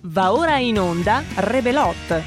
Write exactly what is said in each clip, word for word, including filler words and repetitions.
Va ora in onda Rebelot.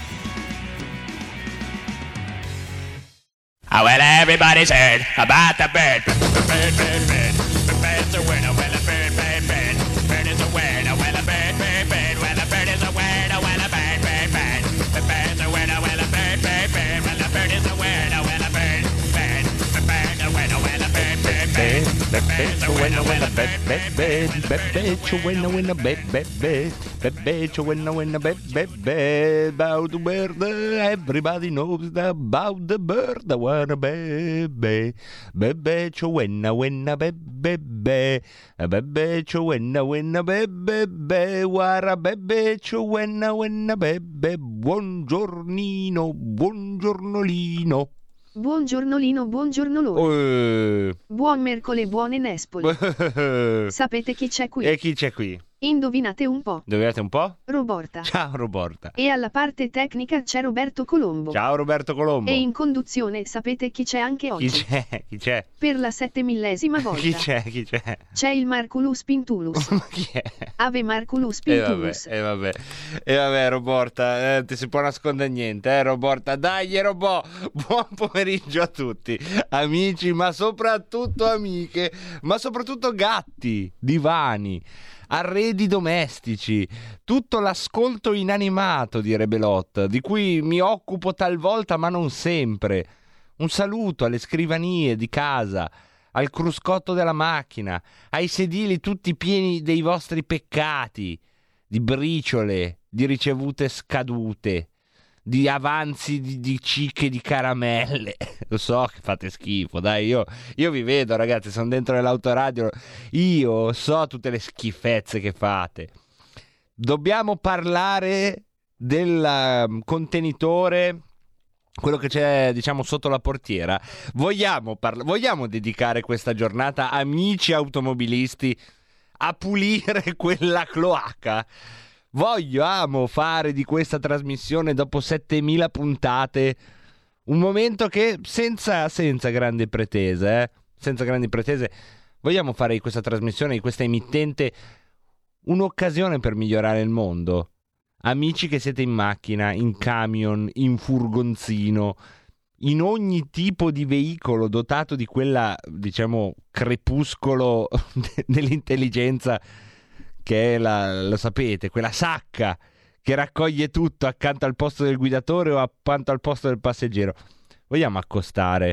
Oh, well, everybody's heard about the bird. The bird, bird, bird. The bird's a word. Oh, well, a bird, bird, bird. Bird is a word. Oh, well, a bird, bird, bird. Well, a bird is a word. Oh, well, a bird, bird, bird. The bird's a word. Oh, well, a bird, bird, bird. Well, a bird is a word. Oh, well, a bird, bird. The bird's a word. Oh, well, a bird, bird, bird. The bird's a word. Oh, well, a bird, bird, bird. Bebeccio when when a bebe Bebeccio when when a bebe about the bird. Everybody knows about the bird. I wanna bebe Bebeccio when when a bebe Bebeccio when when a bebe Wara bebeccio when when a bebe. Buongiornino, buongiornolino. Buongiornolino, buongiornolone. Eh. Buon mercoledì, buone nespoli. Sapete chi c'è qui? E chi c'è qui? Indovinate un po'. Indovinate un po'? Roborta. Ciao Roborta. E alla parte tecnica c'è Roberto Colombo. Ciao Roberto Colombo. E in conduzione sapete chi c'è anche oggi? Chi c'è? Chi c'è? Per la settemillesima volta. Chi c'è? Chi c'è? C'è il Marculus Pintulus. Ma chi è? Ave Marculus E vabbè, Pintulus. e vabbè, e vabbè Roborta, eh, ti si può nascondere niente, eh Roborta, dai Robò, buon pomeriggio a tutti, amici, ma soprattutto amiche, ma soprattutto gatti, divani, arredi domestici, tutto l'ascolto inanimato di Rebelot, di cui mi occupo talvolta ma non sempre. Un saluto alle scrivanie di casa, al cruscotto della macchina, ai sedili tutti pieni dei vostri peccati, di briciole, di ricevute scadute, di avanzi di, di cicche di caramelle. Lo so che fate schifo, dai, io, io vi vedo ragazzi, sono dentro nell'autoradio, io so tutte le schifezze che fate. Dobbiamo parlare del um, contenitore, quello che c'è diciamo sotto la portiera. Vogliamo, parla- vogliamo dedicare questa giornata, amici automobilisti, a pulire quella cloaca? Vogliamo fare di questa trasmissione, dopo settemila puntate, un momento che senza, senza grandi pretese, eh? senza grandi pretese, vogliamo fare di questa trasmissione, di questa emittente, un'occasione per migliorare il mondo? Amici che siete in macchina, in camion, in furgonzino, in ogni tipo di veicolo dotato di quella, diciamo, crepuscolo dell'intelligenza che è la, lo sapete, quella sacca che raccoglie tutto accanto al posto del guidatore o accanto al posto del passeggero. Vogliamo accostare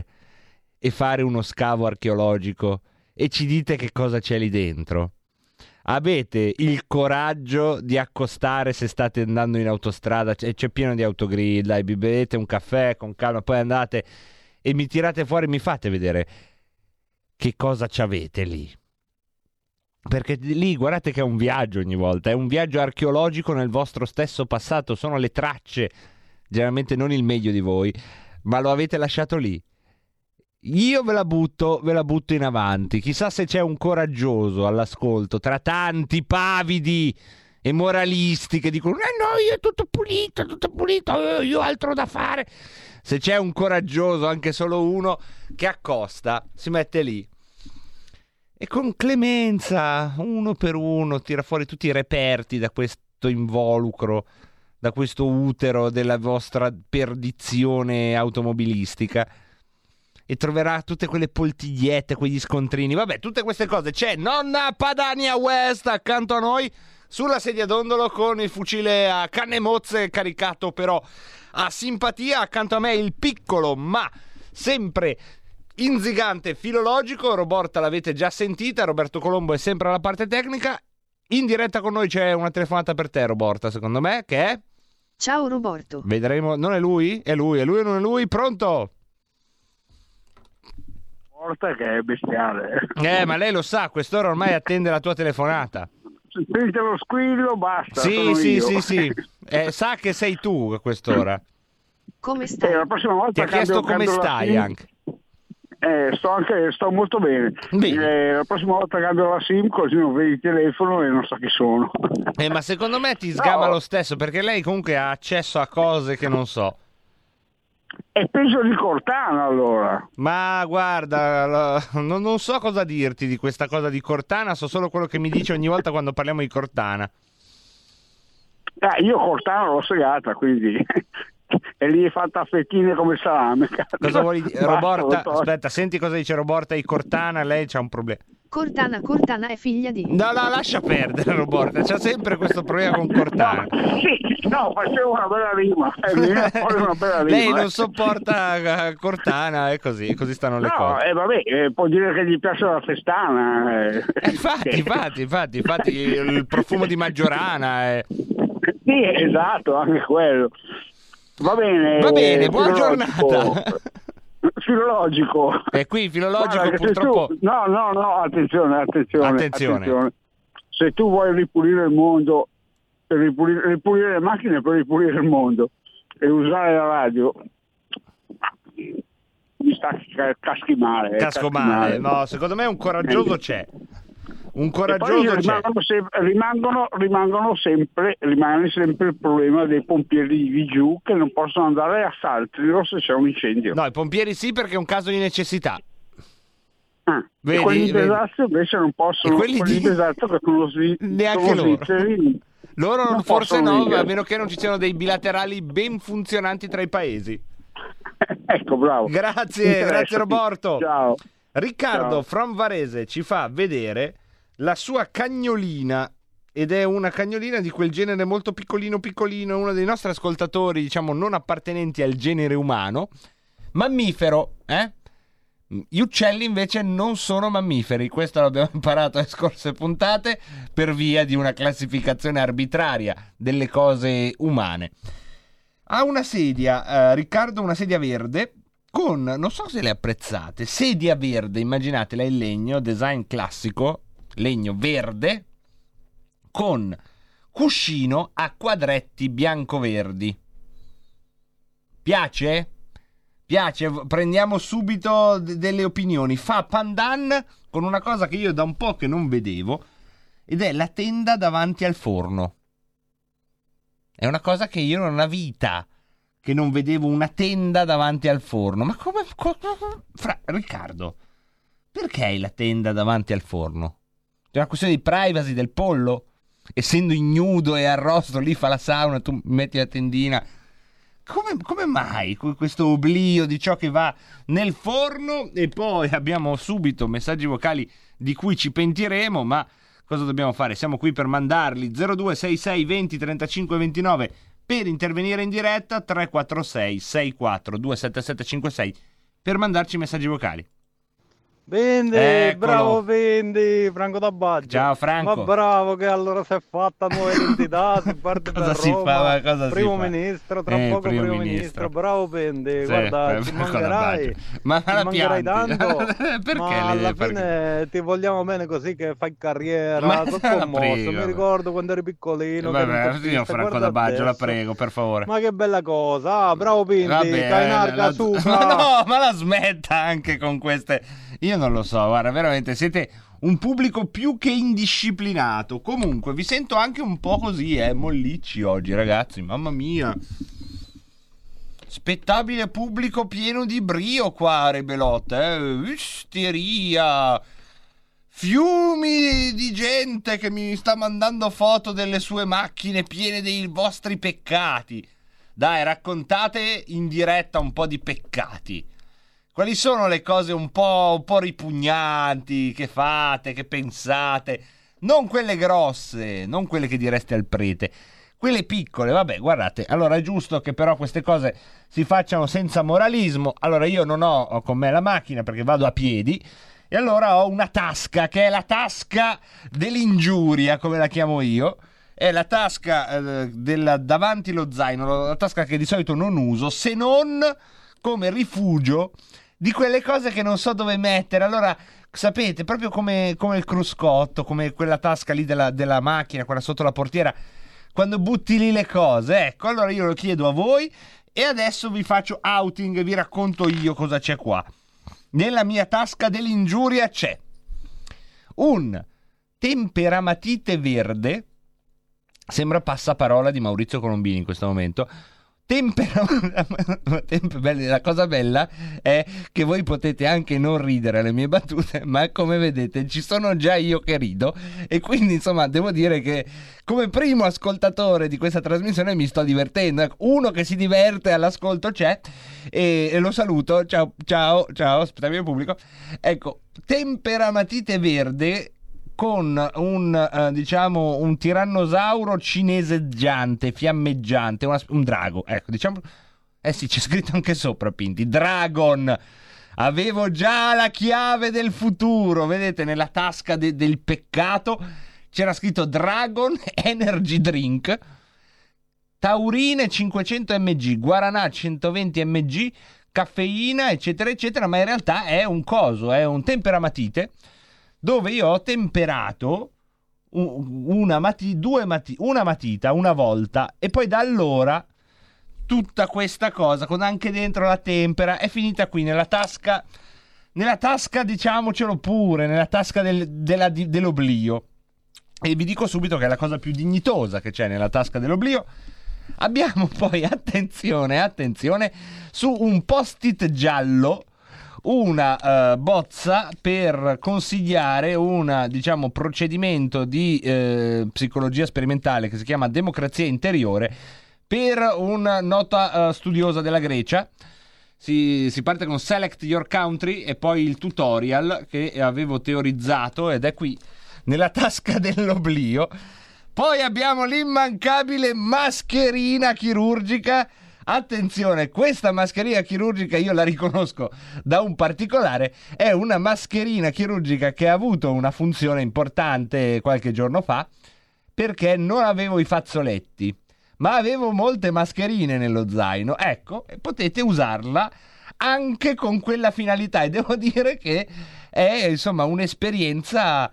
e fare uno scavo archeologico e ci dite che cosa c'è lì dentro? Avete il coraggio di accostare se state andando in autostrada, c'è, c'è pieno di autogrill, dai, vi bevete un caffè con calma, poi andate e mi tirate fuori, mi fate vedere che cosa c'avete lì. Perché lì guardate che è un viaggio ogni volta, è un viaggio archeologico nel vostro stesso passato, sono le tracce, generalmente non il meglio di voi, ma lo avete lasciato lì. Io ve la butto, ve la butto in avanti. Chissà se c'è un coraggioso all'ascolto tra tanti pavidi e moralisti che dicono eh no, io è tutto pulito, tutto pulito, io ho altro da fare. Se c'è un coraggioso, anche solo uno, che accosta, si mette lì e con clemenza, uno per uno, tira fuori tutti i reperti da questo involucro, da questo utero della vostra perdizione automobilistica, e troverà tutte quelle poltigliette, quegli scontrini, vabbè, tutte queste cose. C'è nonna Padania West accanto a noi sulla sedia dondolo con il fucile a canne mozze caricato però a simpatia. Accanto a me il piccolo ma sempre inzigante filologico Roborta, l'avete già sentita. Roberto Colombo è sempre alla parte tecnica. In diretta con noi c'è una telefonata per te Roborta, secondo me, che è? Ciao Roberto. Vedremo, non è lui? È lui, è lui o non è lui? Pronto? Che è bestiale. Eh, ma lei lo sa, a quest'ora ormai attende la tua telefonata. Sente lo squillo, basta. Sì, sì, io. sì, sì. Eh, sa che sei tu a quest'ora. Come stai? Eh, la prossima volta Ti ha chiesto cambio, come cambio stai SIM. anche. Eh, sto anche, sto molto bene. bene. Eh, la prossima volta cambio la SIM così non vedi il telefono e non so chi sono. Eh, ma secondo me ti sgama No. lo stesso, perché lei comunque ha accesso a cose che non so. E penso di Cortana allora. Ma guarda, lo- non, non so cosa dirti di questa cosa di Cortana, so solo quello che mi dice ogni volta quando parliamo di Cortana. Eh, io Cortana l'ho segata, quindi e lì è fatta a fettine come salame. Cosa vuoi dire? Basta, Roborta, lo so. aspetta, senti cosa dice Roborta di Cortana, lei c'ha un problema. Cortana Cortana è figlia di... No, no, lascia perdere Roborta, c'ha sempre questo problema con Cortana. No, sì, no, facevo una bella rima, eh, mi viene fuori una bella rima. Lei non eh. sopporta eh, Cortana e così, così stanno le No, cose. eh, vabbè, eh, può dire che gli piace la festana. Eh. Eh, infatti, infatti, infatti, infatti, il profumo di Maggiorana. Eh. Sì, esatto, anche quello. Va bene. Va bene, buona filologico. giornata. Filologico. E qui filologico Guarda che se purtroppo... tu- No, no, no, attenzione, attenzione, Attenzione. Se tu vuoi ripulire il mondo, per ripulire, ripulire le macchine per ripulire il mondo e usare la radio, mi sta caschi male. eh, Casco caschi male. No, secondo me un coraggioso c'è. Un E poi coraggioso c'è. rimangono, sempre, rimangono, rimangono sempre, rimane sempre il problema dei pompieri di giù che non possono andare a Saltriro se c'è un incendio. No, i pompieri sì, perché è un caso di necessità. Ah, Vedi, e quelli di vedi. Pesazzo invece non possono, E quelli quelli di- di Pesazzo che sono, svi- Neanche sono loro. svizzeri, Loro non forse possono no, venire. a meno che non ci siano dei bilaterali ben funzionanti tra i paesi. Ecco, bravo. Grazie, Interessati. grazie Roborto. Ciao. Riccardo Ciao. from Varese ci fa vedere la sua cagnolina, ed è una cagnolina di quel genere molto piccolino piccolino, uno dei nostri ascoltatori, diciamo non appartenenti al genere umano, mammifero, eh? Gli uccelli invece non sono mammiferi, questo l'abbiamo imparato alle scorse puntate per via di una classificazione arbitraria delle cose umane. Ha una sedia, eh, Riccardo, una sedia verde con, non so se le apprezzate, sedia verde, immaginatela in legno, design classico, legno verde, con cuscino a quadretti bianco-verdi. Piace? Piace? Prendiamo subito d- delle opinioni. Fa pandan con una cosa che io da un po' che non vedevo, ed è la tenda davanti al forno. È una cosa che io non ho una vita che non vedevo una tenda davanti al forno. Ma come... co- co- Fra, Riccardo, perché hai la tenda davanti al forno? C'è una questione di privacy del pollo? Essendo ignudo e arrosto, lì fa la sauna, tu metti la tendina. Come, come mai questo oblio di ciò che va nel forno? E poi abbiamo subito messaggi vocali di cui ci pentiremo, ma cosa dobbiamo fare? Siamo qui per mandarli. Zero due sei sei venti trentacinque ventinove per intervenire in diretta, tre quattro sei sei quattro due sette sette cinque sei per mandarci messaggi vocali. Vendi, Eccolo. bravo Vendi, Franco da Baggio. Ciao, Franco. Ma bravo che allora si è fatta nuova identità, si parte Cosa per si Roma, fa, ma cosa si primo fa? ministro, tra Eh, poco primo primo, ministro. ministro. Bravo Vendi, Sì, guarda, eh, ci Franco da mancherai, Baggio. Ma ci la mancherai pianti? tanto, Perché ma le- alla perché? fine ti vogliamo bene così che fai carriera, Ma tutto la commosso, prego, mi ricordo quando eri piccolino. che eri un Vabbè, tepista, signor Franco guarda da Baggio, la adesso. prego, per favore. Ma che bella cosa, ah, bravo Vendi, Vabbè, Cainarca la- Suca. ma no, ma la smetta anche con queste. Io non lo so, guarda, veramente siete un pubblico più che indisciplinato. Comunque, vi sento anche un po' così, eh, mollicci oggi, ragazzi, mamma mia. Spettabile pubblico pieno di brio qua, Rebelotta, eh, isteria. Fiumi di gente che mi sta mandando foto delle sue macchine piene dei vostri peccati. Dai, raccontate in diretta un po' di peccati. Quali sono le cose un po', un po' ripugnanti che fate, che pensate? Non quelle grosse, non quelle che direste al prete. Quelle piccole, vabbè, guardate. Allora è giusto che però queste cose si facciano senza moralismo. Allora io non ho con me la macchina perché vado a piedi. E allora ho una tasca, che è la tasca dell'ingiuria, come la chiamo io. È la tasca eh, della, davanti lo zaino, la tasca che di solito non uso, se non come rifugio di quelle cose che non so dove mettere. Allora, sapete, proprio come, come il cruscotto, come quella tasca lì della, della macchina, quella sotto la portiera, quando butti lì le cose. Ecco, allora io lo chiedo a voi e adesso vi faccio outing e vi racconto io cosa c'è qua. Nella mia tasca dell'ingiuria c'è un temperamatite verde, sembra passaparola di Maurizio Colombini in questo momento, Tempera... La cosa bella è che voi potete anche non ridere alle mie battute, ma come vedete ci sono già io che rido, e quindi insomma devo dire che come primo ascoltatore di questa trasmissione mi sto divertendo. Uno che si diverte all'ascolto c'è, e, e lo saluto. Ciao ciao ciao, aspetta mio pubblico. Ecco, temperamatite verde con un uh, diciamo un tirannosauro cineseggiante, fiammeggiante, una, un drago, ecco, diciamo, eh sì, c'è scritto anche sopra, Pinti, Dragon. Avevo già la chiave del futuro, vedete, nella tasca de- del peccato c'era scritto Dragon Energy Drink, taurine cinquecento milligrammi, guaranà centoventi milligrammi, caffeina, eccetera eccetera, ma in realtà è un coso, è un temperamatite dove io ho temperato una, mati- due mati- una matita una volta, e poi da allora tutta questa cosa con anche dentro la tempera è finita qui nella tasca, nella tasca, diciamocelo pure, nella tasca del, della, dell'oblio. E vi dico subito che è la cosa più dignitosa che c'è nella tasca dell'oblio. Abbiamo poi, attenzione, attenzione, su un post-it giallo una uh, bozza per consigliare un, diciamo, procedimento di uh, psicologia sperimentale che si chiama democrazia interiore per una nota uh, studiosa della Grecia. Si, si parte con Select Your Country e poi il tutorial che avevo teorizzato ed è qui nella tasca dell'oblio. Poi abbiamo l'immancabile mascherina chirurgica. Attenzione, questa mascherina chirurgica io la riconosco da un particolare, è una mascherina chirurgica che ha avuto una funzione importante qualche giorno fa, perché non avevo i fazzoletti, ma avevo molte mascherine nello zaino. Ecco, potete usarla anche con quella finalità, e devo dire che è insomma un'esperienza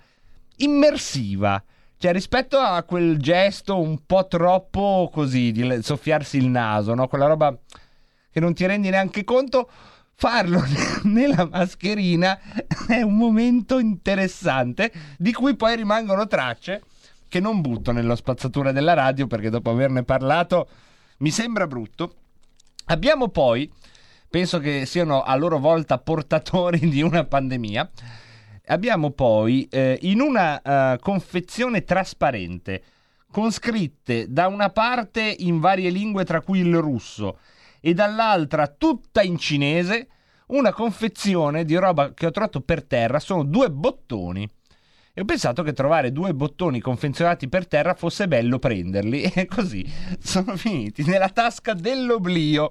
immersiva. Cioè, rispetto a quel gesto un po' troppo così di soffiarsi il naso, no? Quella roba che non ti rendi neanche conto, farlo nella mascherina è un momento interessante di cui poi rimangono tracce che non butto nello spazzatura della radio, perché dopo averne parlato mi sembra brutto. Abbiamo poi, penso che siano a loro volta portatori di una pandemia, abbiamo poi eh, in una uh, confezione trasparente con scritte da una parte in varie lingue tra cui il russo e dall'altra tutta in cinese una confezione di roba che ho trovato per terra. Sono due bottoni e ho pensato che trovare due bottoni confezionati per terra fosse bello prenderli, e così sono finiti nella tasca dell'oblio.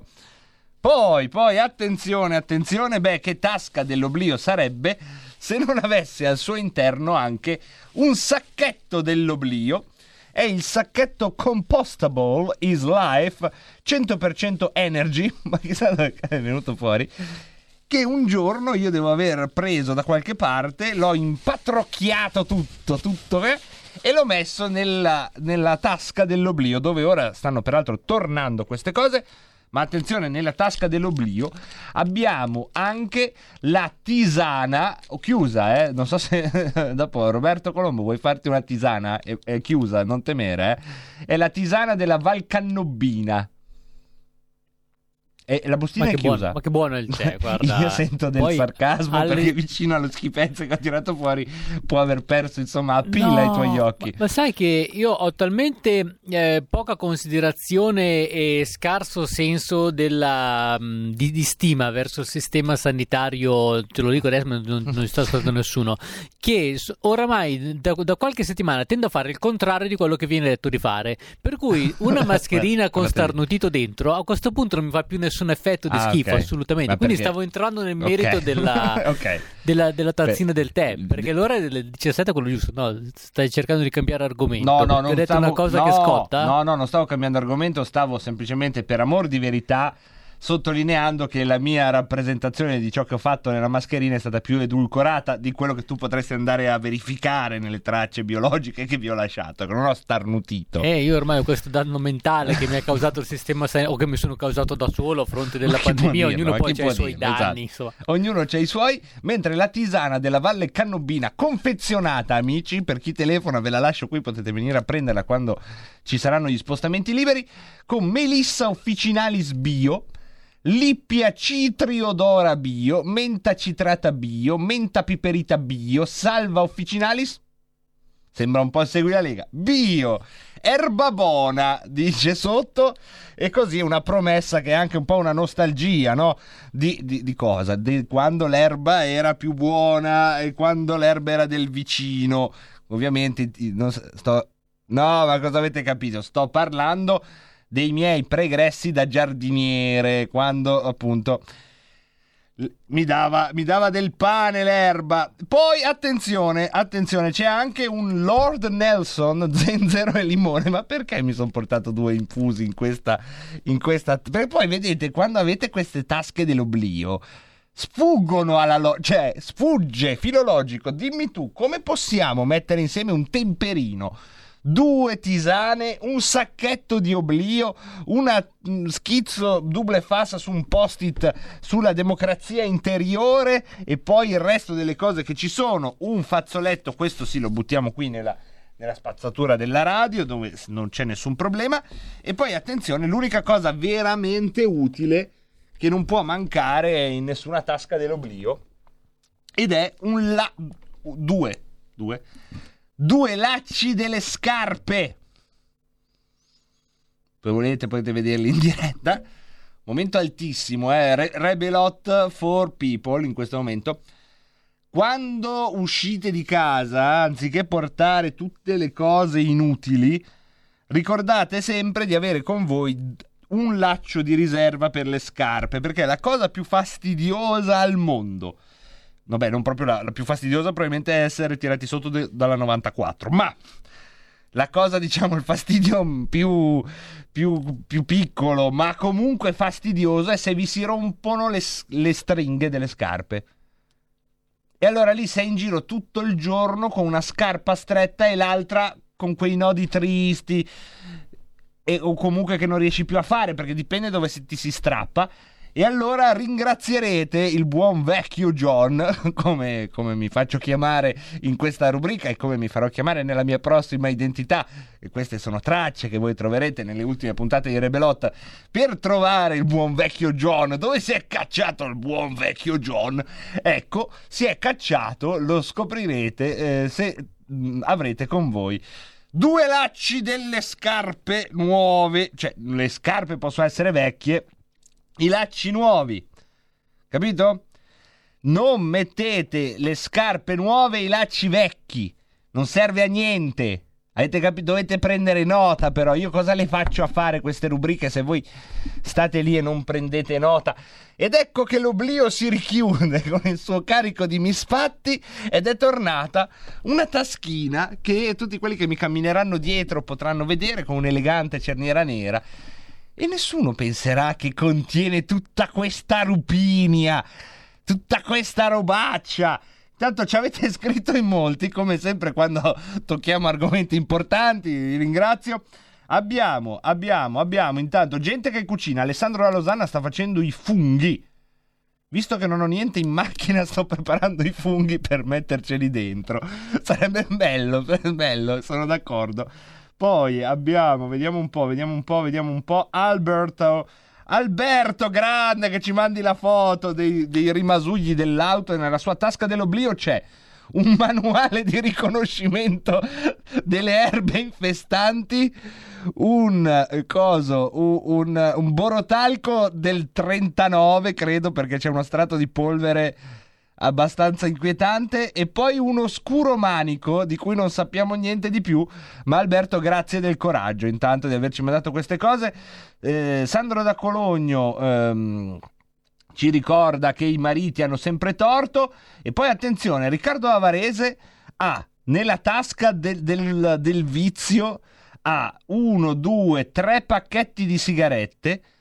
Poi, poi, attenzione, attenzione, beh, che tasca dell'oblio sarebbe se non avesse al suo interno anche un sacchetto dell'oblio. È il sacchetto Compostable is Life cento per cento Energy, ma chissà dove è venuto fuori, che un giorno io devo aver preso da qualche parte, l'ho impatrocchiato tutto, tutto, eh, e l'ho messo nella, nella tasca dell'oblio, dove ora stanno peraltro tornando queste cose. Ma attenzione, nella tasca dell'oblio abbiamo anche la tisana, oh, chiusa, eh? Non so se dopo Roberto Colombo vuoi farti una tisana, è, è chiusa, non temere, eh? È la tisana della Valcannobina. E la bustina ma è che chiusa. Buono, ma che buono il tè, guarda. Io sento del Poi, sarcasmo alle... perché vicino allo schifezze che ho tirato fuori può aver perso insomma a pila no, i tuoi occhi. Ma, ma sai che io ho talmente eh, poca considerazione e scarso senso della, mh, di, di stima verso il sistema sanitario, te lo dico adesso, non, non sta ascoltando nessuno, che oramai da, da qualche settimana tendo a fare il contrario di quello che viene detto di fare, per cui una mascherina con starnutito dentro a questo punto non mi fa più nessun effetto di ah, schifo, okay. assolutamente. Ma Quindi perché... stavo entrando nel merito okay. della, okay. della, della tazzina Beh, del tè, perché l'ora è delle diciassette è quello giusto. No, stai cercando di cambiare argomento. No, no, non non detto stavo... una cosa no, che scotta? No, no, non stavo cambiando argomento, stavo semplicemente, per amor di verità, sottolineando che la mia rappresentazione di ciò che ho fatto nella mascherina è stata più edulcorata di quello che tu potresti andare a verificare nelle tracce biologiche che vi ho lasciato, che non ho starnutito. Eh, io ormai ho questo danno mentale che mi ha causato il sistema sanitario, o che mi sono causato da solo a fronte della pandemia, dirlo, ognuno poi chi ha può i suoi dirlo, danni. esatto. Ognuno c'ha i suoi, mentre la tisana della Valle Cannobina, confezionata, amici, per chi telefona ve la lascio qui, potete venire a prenderla quando ci saranno gli spostamenti liberi, con Melissa officinalis bio, Lippia citriodora bio, menta citrata bio, menta piperita bio, salva officinalis, sembra un po' segui la Lega, bio, erbabona, dice sotto, e così una promessa che è anche un po' una nostalgia, no? Di, di, di cosa? Di quando l'erba era più buona e quando l'erba era del vicino. Ovviamente non sto... No, ma cosa avete capito? Sto parlando dei miei pregressi da giardiniere, quando appunto mi dava, mi dava del pane l'erba. Poi attenzione, attenzione, c'è anche un Lord Nelson, zenzero e limone. Ma perché mi sono portato due infusi in questa, in questa... Perché poi vedete, quando avete queste tasche dell'oblio, sfuggono alla lo... cioè sfugge filologico. Dimmi tu, come possiamo mettere insieme un temperino, due tisane, un sacchetto di oblio, una mh, schizzo double face su un post-it sulla democrazia interiore e poi il resto delle cose che ci sono, un fazzoletto, questo sì lo buttiamo qui nella, nella spazzatura della radio dove non c'è nessun problema, e poi attenzione, l'unica cosa veramente utile che non può mancare in nessuna tasca dell'oblio, ed è un la... due due Due lacci delle scarpe. Se volete potete vederli in diretta. Momento altissimo, eh? Re- Rebelot for people in questo momento. Quando uscite di casa, anziché portare tutte le cose inutili, ricordate sempre di avere con voi un laccio di riserva per le scarpe, perché è la cosa più fastidiosa al mondo. Vabbè, non proprio la, la più fastidiosa probabilmente è essere tirati sotto de, dalla novantaquattro, ma la cosa, diciamo, il fastidio più, più, più piccolo, ma comunque fastidioso, è se vi si rompono le, le stringhe delle scarpe. E allora lì sei in giro tutto il giorno con una scarpa stretta e l'altra con quei nodi tristi, e, o comunque che non riesci più a fare, perché dipende dove si, ti si strappa. E allora ringrazierete il buon vecchio John, come, come mi faccio chiamare in questa rubrica e come mi farò chiamare nella mia prossima identità. E queste sono tracce che voi troverete nelle ultime puntate di Rebelot. Per trovare il buon vecchio John, dove si è cacciato il buon vecchio John? Ecco, si è cacciato, lo scoprirete eh, se mh, avrete con voi due lacci delle scarpe nuove. Cioè, le scarpe possono essere vecchie, i lacci nuovi, capito? Non mettete le scarpe nuove e i lacci vecchi, non serve a niente, avete capito? Dovete prendere nota. Però io cosa le faccio a fare queste rubriche se voi state lì e non prendete nota? Ed ecco che l'oblio si richiude con il suo carico di misfatti ed è tornata una taschina che tutti quelli che mi cammineranno dietro potranno vedere, con un'elegante cerniera nera. E nessuno penserà che contiene tutta questa rupinia, tutta questa robaccia. Tanto ci avete scritto in molti, come sempre quando tocchiamo argomenti importanti, vi ringrazio. Abbiamo, abbiamo, abbiamo intanto gente che cucina. Alessandro La Losanna sta facendo i funghi. Visto che non ho niente in macchina, sto preparando i funghi per metterceli dentro. Sarebbe bello, bello, sono d'accordo. Poi abbiamo, vediamo un po', vediamo un po', vediamo un po', Alberto, Alberto grande, che ci mandi la foto dei, dei rimasugli dell'auto, e nella sua tasca dell'oblio c'è un manuale di riconoscimento delle erbe infestanti, un coso, un, un, un borotalco del trentanove, credo, perché c'è uno strato di polvere abbastanza inquietante, e poi un oscuro manico di cui non sappiamo niente di più. Ma Alberto, grazie del coraggio intanto di averci mandato queste cose. eh, Sandro da Cologno ehm, ci ricorda che i mariti hanno sempre torto. E poi attenzione, Riccardo Avarese ha nella tasca del, del, del vizio ha uno, due, tre pacchetti di sigarette,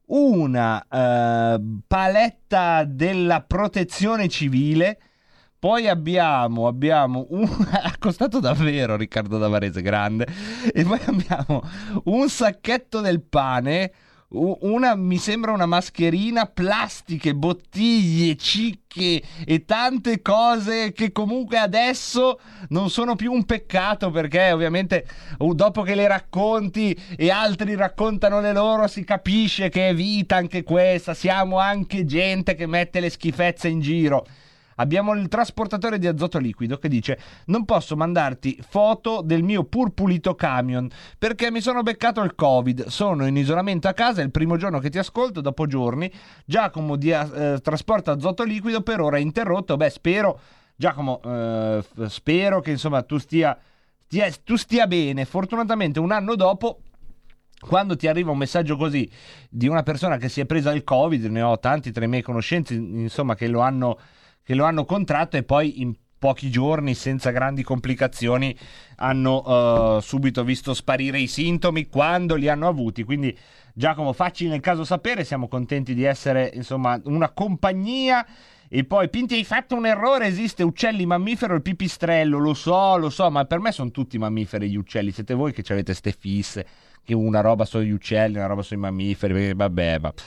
una eh, paletta della protezione civile, poi abbiamo, abbiamo un... ha costato davvero Riccardo Davarese, grande, e poi abbiamo un sacchetto del pane, una, mi sembra una mascherina, plastiche, bottiglie, cicche e tante cose che comunque adesso non sono più un peccato, perché ovviamente dopo che le racconti e altri raccontano le loro si capisce che è vita anche questa, siamo anche gente che mette le schifezze in giro. Abbiamo il trasportatore di azoto liquido che dice: non posso mandarti foto del mio pur pulito camion perché mi sono beccato il Covid, sono in isolamento a casa, è il primo giorno che ti ascolto dopo giorni. Giacomo di eh, trasporta azoto liquido, per ora è interrotto. Beh, spero Giacomo eh, spero che insomma tu stia, stia tu stia bene. Fortunatamente un anno dopo, quando ti arriva un messaggio così di una persona che si è presa il Covid, ne ho tanti tra i miei conoscenti insomma che lo hanno che lo hanno contratto e poi in pochi giorni senza grandi complicazioni hanno uh, subito visto sparire i sintomi quando li hanno avuti. Quindi Giacomo, facci nel caso sapere, siamo contenti di essere insomma una compagnia. E poi Pinti, hai fatto un errore, esiste uccelli mammifero il pipistrello, lo so lo so ma per me sono tutti mammiferi gli uccelli, siete voi che avete ste fisse che una roba sono gli uccelli, una roba sono i mammiferi, perché vabbè ma...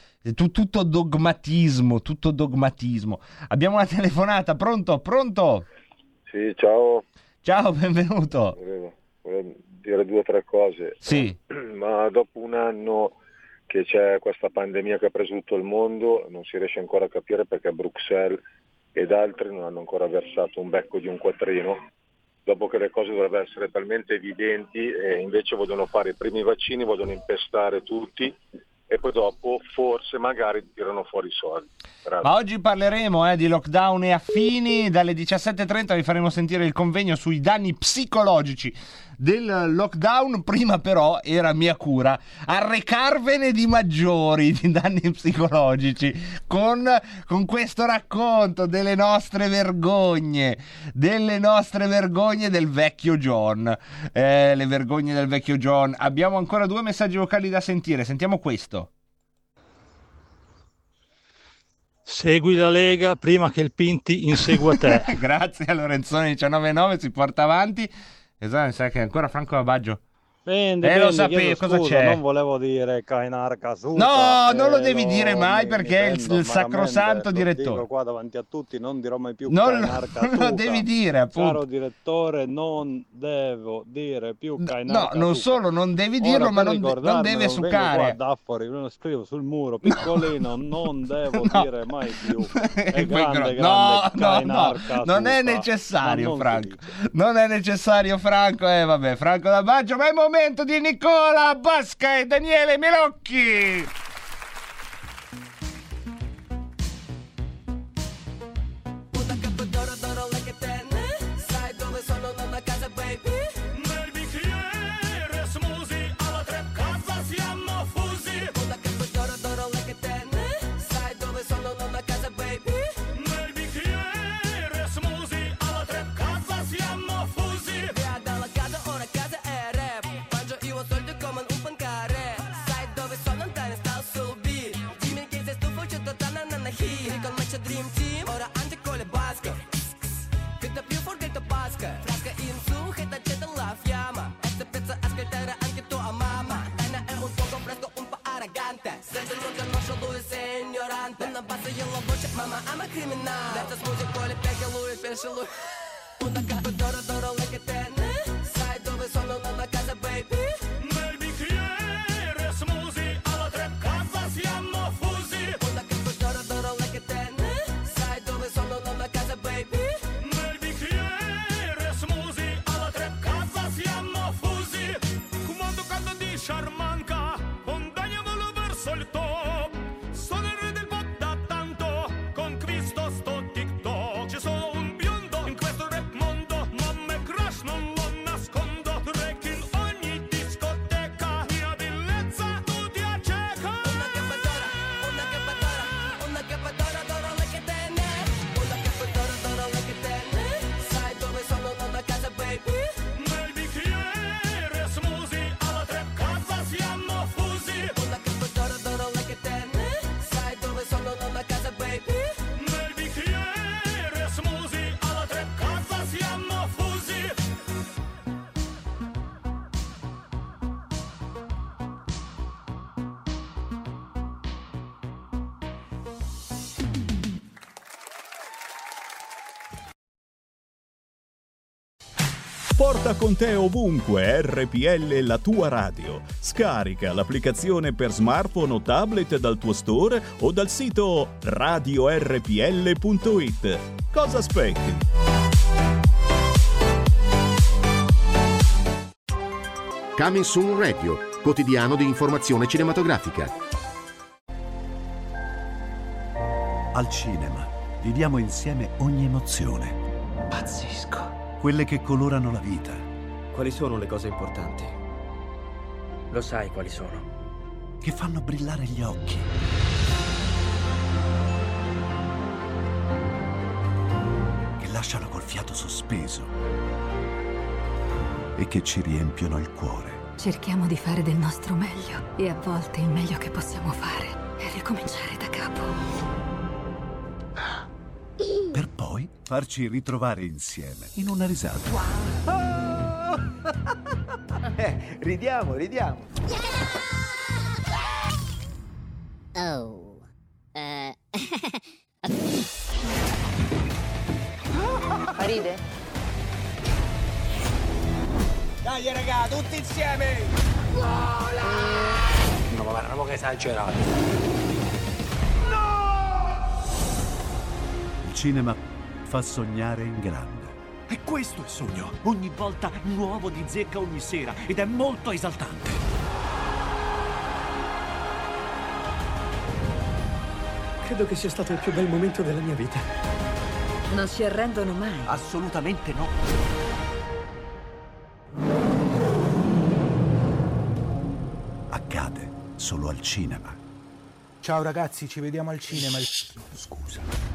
tutto dogmatismo, tutto dogmatismo. Abbiamo una telefonata, pronto? Pronto? Sì, ciao. Ciao, benvenuto. Volevo, volevo dire due o tre cose. Sì. Ma dopo un anno che c'è questa pandemia che ha preso tutto il mondo, non si riesce ancora a capire perché Bruxelles ed altri non hanno ancora versato un becco di un quattrino, dopo che le cose dovrebbero essere talmente evidenti, e invece vogliono fare i primi vaccini, vogliono impestare tutti, e poi dopo forse magari tirano fuori i soldi. Grazie. Ma oggi parleremo eh, di lockdown e affini. Dalle diciassette e trenta vi faremo sentire il convegno sui danni psicologici del lockdown. Prima però era mia cura arrecarvene di maggiori di danni psicologici con, con questo racconto delle nostre vergogne delle nostre vergogne del vecchio John, eh, le vergogne del vecchio John. Abbiamo ancora due messaggi vocali da sentire, sentiamo questo. Segui la Lega prima che il Pinti insegua te. Grazie a Lorenzoni diciannove nove, si porta avanti. Esatto, sai che ancora Franco Baggio. Bene, eh, bene, lo sapevo, cosa scusa, c'è? Non volevo dire Kainar Casuta. No, non lo eh, devi dire mai perché è il, il sacrosanto direttore. Dico qua davanti a tutti, non dirò mai più non Kainar Casuta. Non lo devi dire, appunto. Caro direttore, non devo dire più Kainar No, Casuta. Non solo non devi dirlo, Ora, ma non, non deve succare. Qua, Daffori, lo scrivo sul muro, piccolino, non devo no. dire mai più. È grande, grande, no, no, no, Casuta. non è necessario, non Franco. Non è necessario, Franco. Eh, vabbè, Franco da Baggio, ma è momento di Nicola Basca e Daniele Milocchi. Mamma, I'm a criminal. Let's smoothie поле пять Луис перешелуй. Una capa doro doro like a ten. Sai dove sono nella casa baby. Nel bicchiere smoothie alla tre casa siamo fusi. Una capa doro doro like a ten. Sai dove sono nella casa baby. Nel bicchiere smoothie alla tre casa siamo fusi. Comando caldo di Sciarmanca, condagliamolo verso il top. Sono il re del bot da tanto, conquisto sto TikTok. Ci sono un biondo in questo rap mondo, ma me crush non Porta con te ovunque R P L, la tua radio. Scarica l'applicazione per smartphone o tablet dal tuo store o dal sito radio r p l punto i t. Cosa aspetti? Coming Soon Radio, quotidiano di informazione cinematografica. Al cinema viviamo insieme ogni emozione. Pazzesco. Quelle che colorano la vita. Quali sono le cose importanti? Lo sai quali sono? Che fanno brillare gli occhi. Che lasciano col fiato sospeso. E che ci riempiono il cuore. Cerchiamo di fare del nostro meglio e a volte il meglio che possiamo fare è ricominciare da capo. Per poi farci ritrovare insieme in una risata. Wow. eh, ridiamo, ridiamo. Oh. Eh. Ride? Dai raga, tutti insieme! Vola! No, ma guarda, che esagerato. Il cinema fa sognare in grande. E questo è il sogno. Ogni volta nuovo di zecca ogni sera ed è molto esaltante. Credo che sia stato il più bel momento della mia vita. Non si arrendono mai. Assolutamente no. Accade solo al cinema. Ciao ragazzi, ci vediamo al cinema. Scusa.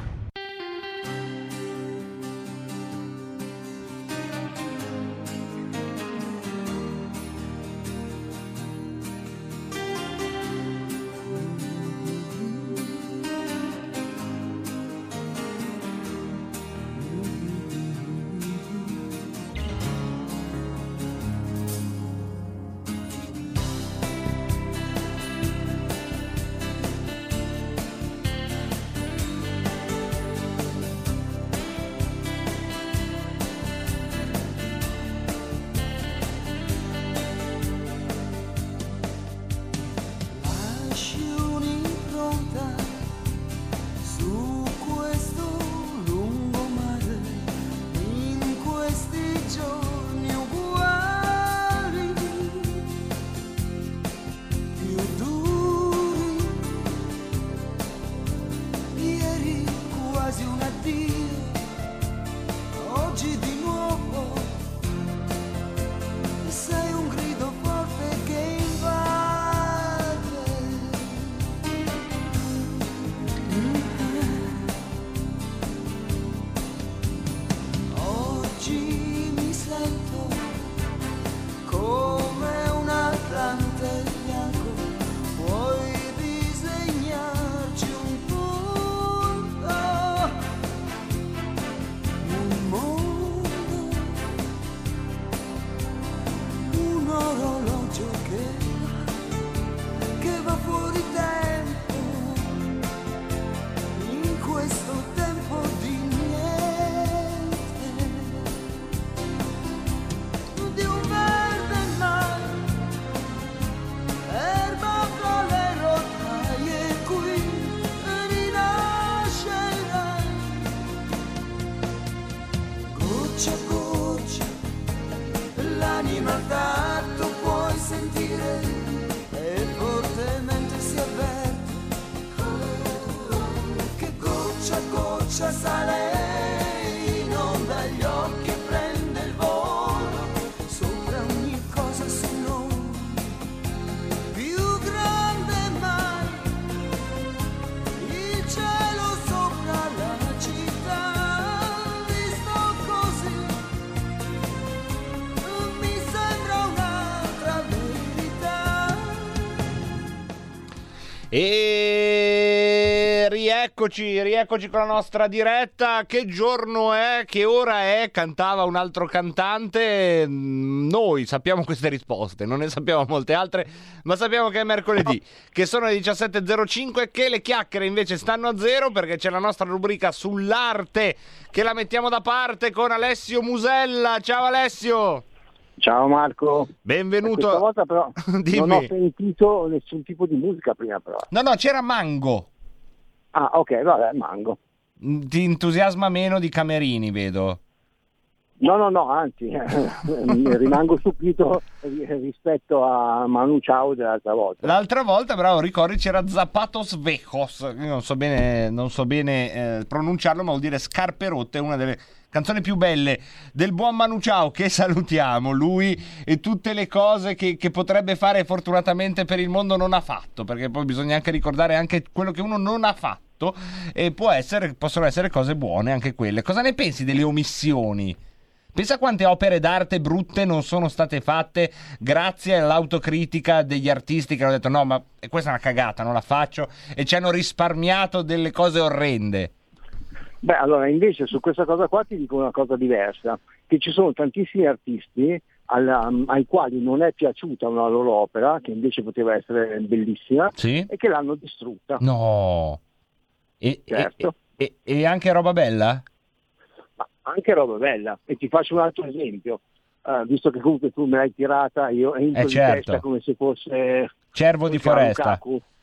E rieccoci, rieccoci con la nostra diretta. Che giorno è? Che ora è? Cantava un altro cantante. Noi sappiamo queste risposte, non ne sappiamo molte altre, ma sappiamo che è mercoledì, che sono le diciassette e zero cinque, che le chiacchiere invece stanno a zero perché c'è la nostra rubrica sull'arte che la mettiamo da parte con Alessio Musella. Ciao Alessio. Ciao Marco. Benvenuto. Questa volta però non ho sentito nessun tipo di musica prima però. No, no, c'era Mango. Ah, ok, vabbè, Mango. Ti entusiasma meno di Camerini, vedo. No, no, no, anzi, rimango stupito rispetto a Manu Chao dell'altra volta. L'altra volta, però, ricordi, c'era Zapatos Vejos, io non so bene, non so bene eh, pronunciarlo, ma vuol dire scarpe rotte, una delle canzoni più belle del buon Manu Chao, che salutiamo, lui e tutte le cose che, che potrebbe fare fortunatamente per il mondo non ha fatto, perché poi bisogna anche ricordare anche quello che uno non ha fatto, e può essere, possono essere cose buone anche quelle. Cosa ne pensi delle omissioni? Pensa quante opere d'arte brutte non sono state fatte grazie all'autocritica degli artisti che hanno detto no, ma questa è una cagata, non la faccio, e ci hanno risparmiato delle cose orrende. Beh, allora invece su questa cosa qua ti dico una cosa diversa, che ci sono tantissimi artisti alla, ai quali non è piaciuta una loro opera, che invece poteva essere bellissima, sì? E che l'hanno distrutta. No! E, certo. e, e, e anche roba bella? Ma anche roba bella. E ti faccio un altro esempio, uh, visto che comunque tu me l'hai tirata, io entro eh, in certo. testa come se fosse Cervo di foresta.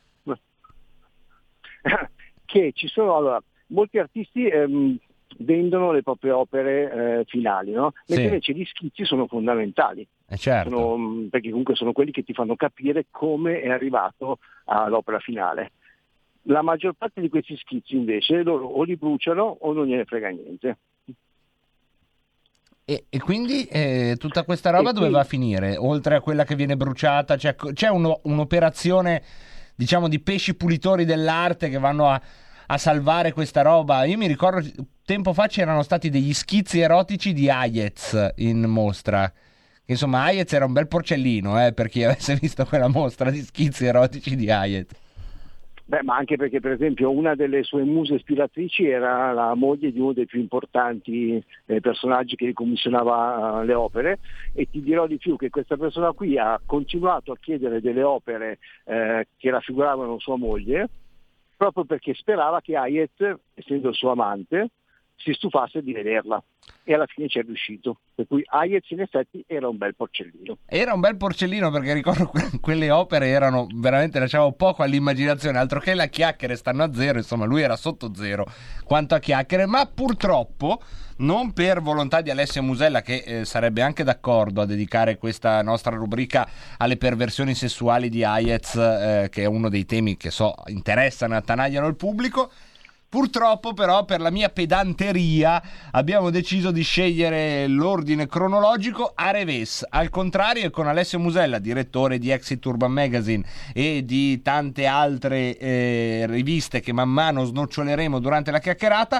Che ci sono, allora, molti artisti ehm, vendono le proprie opere eh, finali, no? Mentre Sì. invece gli schizzi sono fondamentali. Eh, certo. Sono, perché comunque sono quelli che ti fanno capire come è arrivato all'opera finale. La maggior parte di questi schizzi invece loro o li bruciano o non gliene frega niente. E, e quindi eh, tutta questa roba E dove qui- va a finire? Oltre a quella che viene bruciata, c'è, c'è uno- un'operazione, diciamo, di pesci pulitori dell'arte che vanno a, a salvare questa roba. Io mi ricordo, tempo fa c'erano stati degli schizzi erotici di Hayez in mostra. Insomma, Hayez era un bel porcellino, eh, per chi avesse visto quella mostra di schizzi erotici di Hayez. Beh, ma anche perché per esempio una delle sue muse ispiratrici era la moglie di uno dei più importanti eh, personaggi che gli commissionava uh, le opere, e ti dirò di più che questa persona qui ha continuato a chiedere delle opere eh, che raffiguravano sua moglie, proprio perché sperava che Hayez, essendo il suo amante, si stufasse di vederla, e alla fine ci è riuscito, per cui Hayez in effetti era un bel porcellino. Era un bel porcellino, perché ricordo que- quelle opere erano veramente, lasciavano poco all'immaginazione, altro che la chiacchiere stanno a zero, insomma lui era sotto zero quanto a chiacchiere, ma purtroppo non per volontà di Alessio Musella, che eh, sarebbe anche d'accordo a dedicare questa nostra rubrica alle perversioni sessuali di Hayez, eh, che è uno dei temi che so interessano e attanagliano il pubblico. Purtroppo però, per la mia pedanteria, abbiamo deciso di scegliere l'ordine cronologico a revés, al contrario, e con Alessio Musella, direttore di Exit Urban Magazine e di tante altre eh, riviste che man mano snoccioleremo durante la chiacchierata,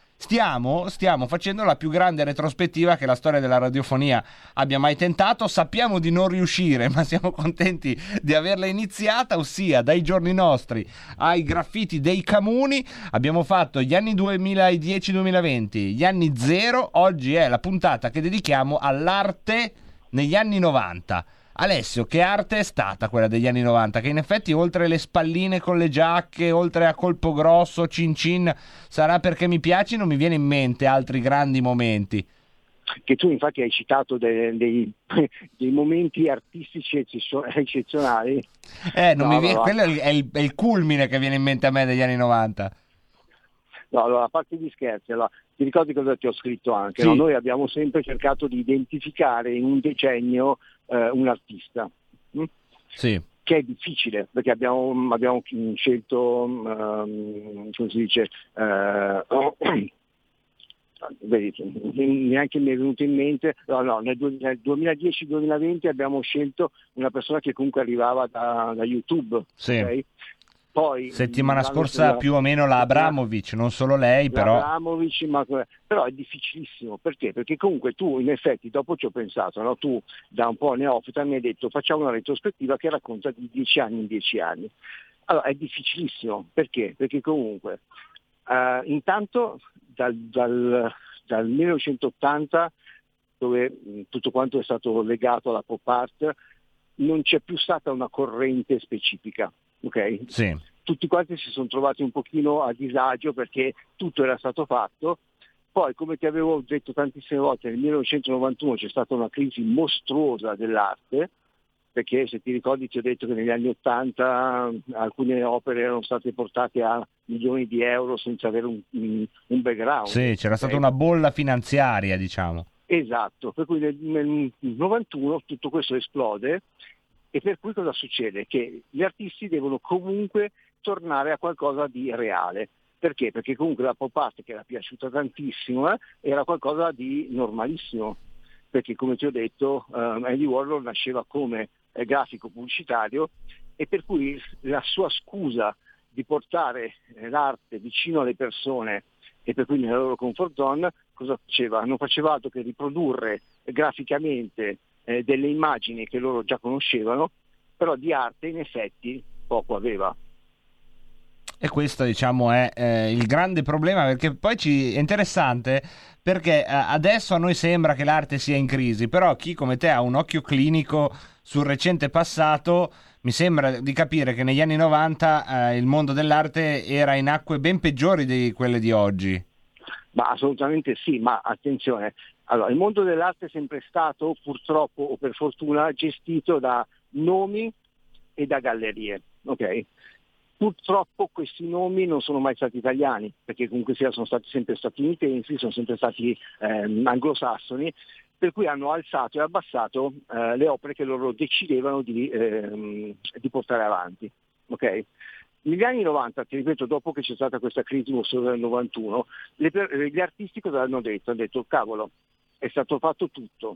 Stiamo, stiamo facendo la più grande retrospettiva che la storia della radiofonia abbia mai tentato. Sappiamo di non riuscire, ma siamo contenti di averla iniziata, ossia dai giorni nostri ai graffiti dei Camuni. Abbiamo fatto gli anni duemiladieci duemilaventi, gli anni zero. Oggi è la puntata che dedichiamo all'arte negli anni novanta. Alessio, che arte è stata quella degli anni novanta? Che in effetti, oltre le spalline con le giacche, oltre a Colpo Grosso, Cin Cin, sarà perché mi piaci, non mi viene in mente altri grandi momenti. Che tu infatti hai citato dei, dei, dei momenti artistici eccezionali. Eh, non no, mi viene, no, quello è il, è, il, è il culmine che viene in mente a me degli anni novanta. No, allora, a parte gli scherzi, allora, ti ricordi cosa ti ho scritto anche? Sì. No? Noi abbiamo sempre cercato di identificare in un decennio eh, un artista. Hm? Sì. Che è difficile, perché abbiamo, abbiamo scelto, um, come si dice, uh, oh, vedi, neanche mi è venuto in mente, no, no, nel, nel duemiladieci duemilaventi abbiamo scelto una persona che comunque arrivava da, da YouTube. Sì. Okay? Poi, settimana scorsa più o meno la Abramovic, non solo lei, la però Abramovic, ma, però è difficilissimo, perché? Perché comunque tu in effetti dopo ci ho pensato, no? Tu da un po' neofita mi hai detto facciamo una retrospettiva che racconta di dieci anni in dieci anni. Allora è difficilissimo, perché? Perché comunque Uh, intanto dal, dal, dal millenovecentottanta, dove mh, tutto quanto è stato legato alla pop art, non c'è più stata una corrente specifica, ok? Sì. Tutti quanti si sono trovati un pochino a disagio perché tutto era stato fatto. Poi, come ti avevo detto tantissime volte, nel millenovecentonovantuno c'è stata una crisi mostruosa dell'arte, perché se ti ricordi ti ho detto che negli anni ottanta alcune opere erano state portate a milioni di euro senza avere un, un background. Sì, c'era okay? stata una bolla finanziaria, diciamo. Esatto, per cui nel, nel novantuno tutto questo esplode, e per cui cosa succede? Che gli artisti devono comunque tornare a qualcosa di reale. Perché? Perché comunque la pop art, che era piaciuta tantissimo, eh, era qualcosa di normalissimo. Perché, come ti ho detto, uh, Andy Warhol nasceva come eh, grafico pubblicitario, e per cui la sua scusa di portare eh, l'arte vicino alle persone e per cui nella loro comfort zone, cosa faceva? Non faceva altro che riprodurre graficamente eh, delle immagini che loro già conoscevano, però di arte in effetti poco aveva. E questo, diciamo, è eh, il grande problema, perché poi ci... è interessante perché eh, adesso a noi sembra che l'arte sia in crisi, però chi come te ha un occhio clinico sul recente passato mi sembra di capire che negli anni novanta eh, il mondo dell'arte era in acque ben peggiori di quelle di oggi. Ma assolutamente sì, ma attenzione, allora, il mondo dell'arte è sempre stato, purtroppo o per fortuna, gestito da nomi e da gallerie, ok? Purtroppo questi nomi non sono mai stati italiani, perché comunque sia sono stati sempre statunitensi, sono sempre stati ehm, anglosassoni, per cui hanno alzato e abbassato eh, le opere che loro decidevano di, ehm, di portare avanti. Okay? Negli anni novanta, ti ripeto, dopo che c'è stata questa crisi mostruosa del novantuno, le, gli artisti cosa hanno detto? Hanno detto, cavolo, è stato fatto tutto.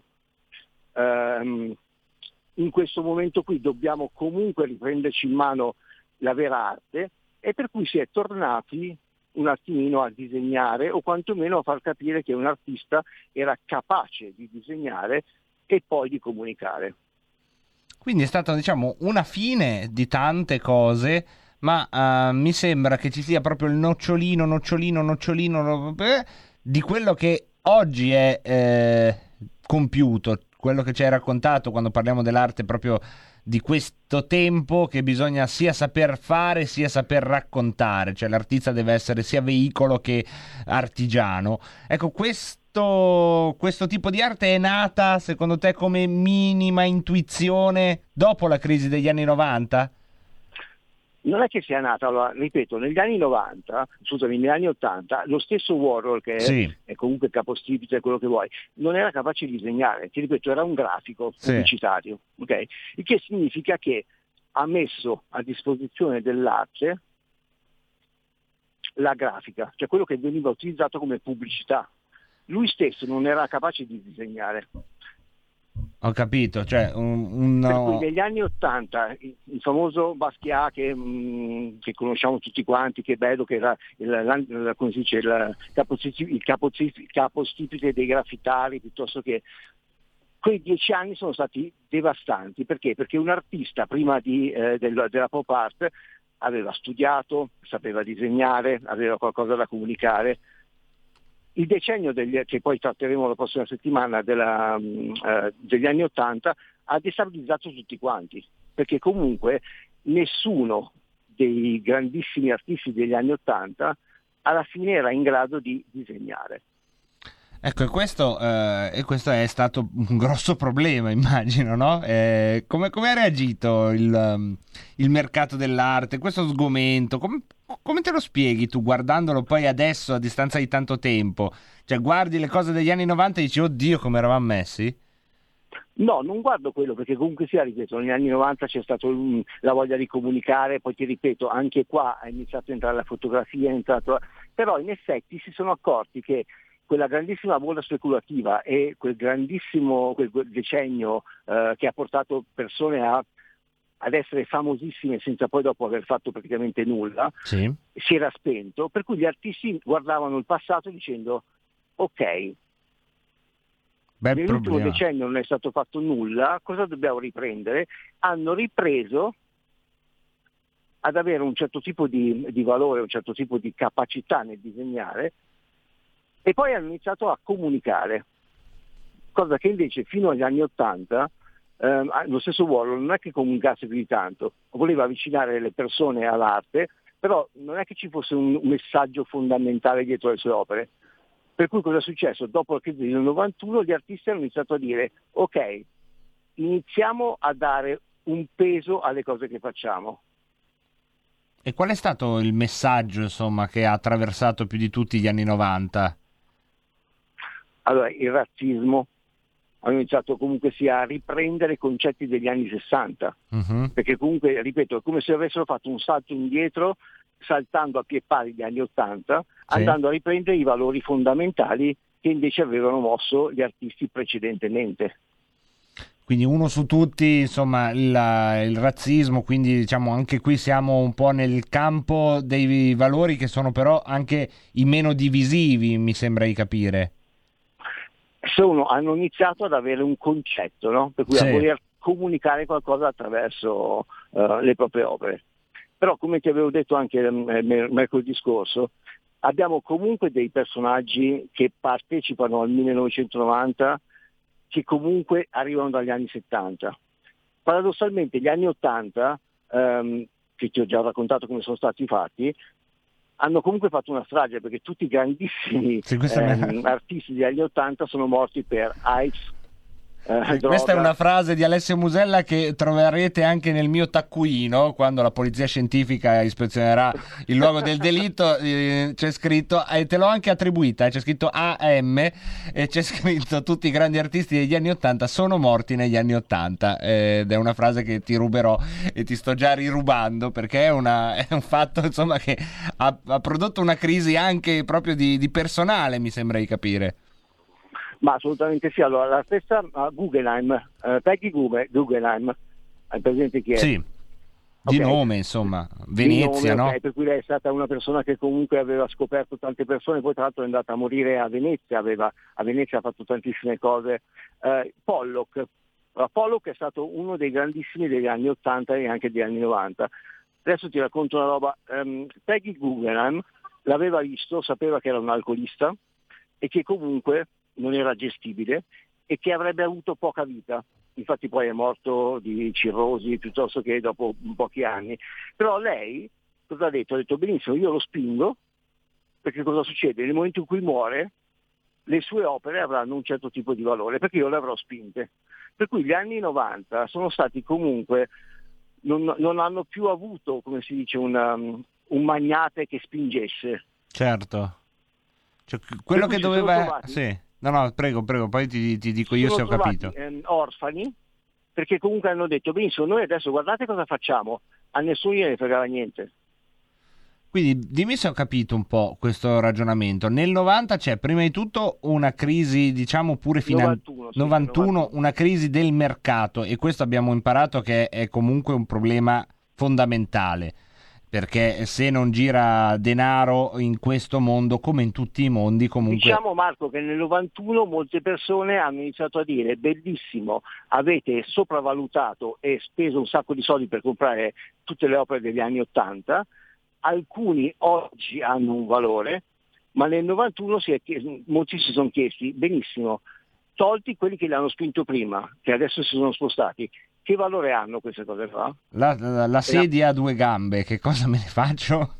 Ehm, in questo momento qui dobbiamo comunque riprenderci in mano la vera arte, e per cui si è tornati un attimino a disegnare, o quantomeno a far capire che un artista era capace di disegnare e poi di comunicare. Quindi è stata, diciamo, una fine di tante cose, ma uh, mi sembra che ci sia proprio il nocciolino, nocciolino, nocciolino eh, di quello che oggi è eh, compiuto, quello che ci hai raccontato quando parliamo dell'arte proprio di questo tempo, che bisogna sia saper fare sia saper raccontare, cioè l'artista deve essere sia veicolo che artigiano. Ecco, questo, questo tipo di arte è nata secondo te come minima intuizione dopo la crisi degli anni novanta? Non è che sia nata, allora, ripeto, negli anni novanta, scusami, negli anni ottanta, lo stesso Warhol, che sì. è, è comunque capostipite, quello che vuoi, non era capace di disegnare, ti ripeto, era un grafico sì. pubblicitario, ok? Il che significa che ha messo a disposizione dell'arte la grafica, cioè quello che veniva utilizzato come pubblicità. Lui stesso non era capace di disegnare. Ho capito, cioè un, un... Per cui negli anni Ottanta il, il famoso Basquiat che, mh, che conosciamo tutti quanti, che è bello, che era il, il, come si dice, il, il capostipite dei graffitari, piuttosto che quei dieci anni sono stati devastanti. Perché? Perché un artista prima di, eh, del, della pop art aveva studiato, sapeva disegnare, aveva qualcosa da comunicare. Il decennio degli, che poi tratteremo la prossima settimana della, uh, degli anni Ottanta ha destabilizzato tutti quanti, perché comunque nessuno dei grandissimi artisti degli anni Ottanta alla fine era in grado di disegnare. Ecco, e questo, eh, e questo è stato un grosso problema, immagino, no? Eh, come, come ha reagito il, um, il mercato dell'arte, questo sgomento? Come, come te lo spieghi tu, guardandolo poi adesso, a distanza di tanto tempo? Cioè, guardi le cose degli anni novanta e dici, oddio, come eravamo messi? No, non guardo quello, perché comunque sia, ripeto, negli anni novanta c'è stata um, la voglia di comunicare, poi ti ripeto, anche qua è iniziato a entrare la fotografia, è entrato... però in effetti si sono accorti che quella grandissima bolla speculativa e quel grandissimo quel decennio eh, che ha portato persone a, ad essere famosissime senza poi dopo aver fatto praticamente nulla, sì. si era spento, per cui gli artisti guardavano il passato dicendo ok, Bel nell'ultimo problema. decennio non è stato fatto nulla, cosa dobbiamo riprendere? Hanno ripreso ad avere un certo tipo di, di valore, un certo tipo di capacità nel disegnare, e poi hanno iniziato a comunicare, cosa che invece fino agli anni Ottanta ehm, lo stesso Warhol non è che comunicasse più di tanto, voleva avvicinare le persone all'arte, però non è che ci fosse un messaggio fondamentale dietro le sue opere. Per cui cosa è successo? Dopo la crisi del novantuno gli artisti hanno iniziato a dire ok, iniziamo a dare un peso alle cose che facciamo. E qual è stato il messaggio, insomma, che ha attraversato più di tutti gli anni novanta? Allora, il razzismo, hanno iniziato comunque sia a riprendere i concetti degli anni sessanta, uh-huh. perché comunque, ripeto, è come se avessero fatto un salto indietro, saltando a pie pari gli anni ottanta, sì. andando a riprendere i valori fondamentali che invece avevano mosso gli artisti precedentemente. Quindi uno su tutti, insomma, il, il razzismo, quindi diciamo anche qui siamo un po' nel campo dei valori che sono però anche i meno divisivi, mi sembra di capire. Sono, hanno iniziato ad avere un concetto, no? Per cui sì. a voler comunicare qualcosa attraverso uh, le proprie opere. Però come ti avevo detto anche eh, mercoledì scorso, abbiamo comunque dei personaggi che partecipano al millenovecentonovanta che comunque arrivano dagli anni settanta. Paradossalmente gli anni ottanta, ehm, che ti ho già raccontato come sono stati fatti, hanno comunque fatto una strage, perché tutti i grandissimi sì, ehm, è... artisti degli anni ottanta sono morti per AIDS. Eh, Questa è una frase di Alessio Musella che troverete anche nel mio taccuino quando la polizia scientifica ispezionerà il luogo del delitto. Eh, c'è scritto, e eh, te l'ho anche attribuita, eh, c'è scritto A M e c'è scritto tutti i grandi artisti degli anni ottanta sono morti negli anni ottanta, eh, ed è una frase che ti ruberò e ti sto già rirubando, perché è, una, è un fatto, insomma, che ha, ha prodotto una crisi anche proprio di, di personale, mi sembra di capire. Ma assolutamente sì. Allora, la stessa uh, Guggenheim, uh, Peggy Guggenheim, hai presente chi è? Sì, di okay. nome, insomma, Venezia, nome, no? Okay, per cui lei è stata una persona che comunque aveva scoperto tante persone, poi tra l'altro è andata a morire a Venezia, aveva, a Venezia ha fatto tantissime cose. Uh, Pollock, uh, Pollock è stato uno dei grandissimi degli anni ottanta e anche degli anni novanta. Adesso ti racconto una roba. Um, Peggy Guggenheim l'aveva visto, sapeva che era un alcolista e che comunque non era gestibile e che avrebbe avuto poca vita, infatti poi è morto di cirrosi piuttosto che dopo pochi anni. Però lei cosa ha detto? Ha detto benissimo, io lo spingo, perché cosa succede? Nel momento in cui muore le sue opere avranno un certo tipo di valore, perché io le avrò spinte. Per cui gli anni novanta sono stati comunque, non, non hanno più avuto, come si dice, una, un magnate che spingesse. Certo, cioè, quello che doveva... Sì. No, no, prego, prego, poi ti, ti dico io se ho capito. Ehm, orfani, perché comunque hanno detto, benissimo, noi adesso guardate cosa facciamo, a nessuno gliene fregava niente. Quindi dimmi se ho capito un po' questo ragionamento. Nel novanta c'è prima di tutto una crisi, diciamo pure finanziaria, novantuno, sì, novantuno, novantuno, una crisi del mercato, e questo abbiamo imparato che è comunque un problema fondamentale. Perché se non gira denaro in questo mondo, come in tutti i mondi, comunque... Diciamo, Marco, che nel novantuno molte persone hanno iniziato a dire bellissimo, avete sopravvalutato e speso un sacco di soldi per comprare tutte le opere degli anni ottanta, alcuni oggi hanno un valore, ma nel novantuno si è chiesto, molti si sono chiesti, benissimo, tolti quelli che li hanno spinto prima, che adesso si sono spostati, che valore hanno queste cose qua? La, la, la sedia a due gambe, che cosa me ne faccio?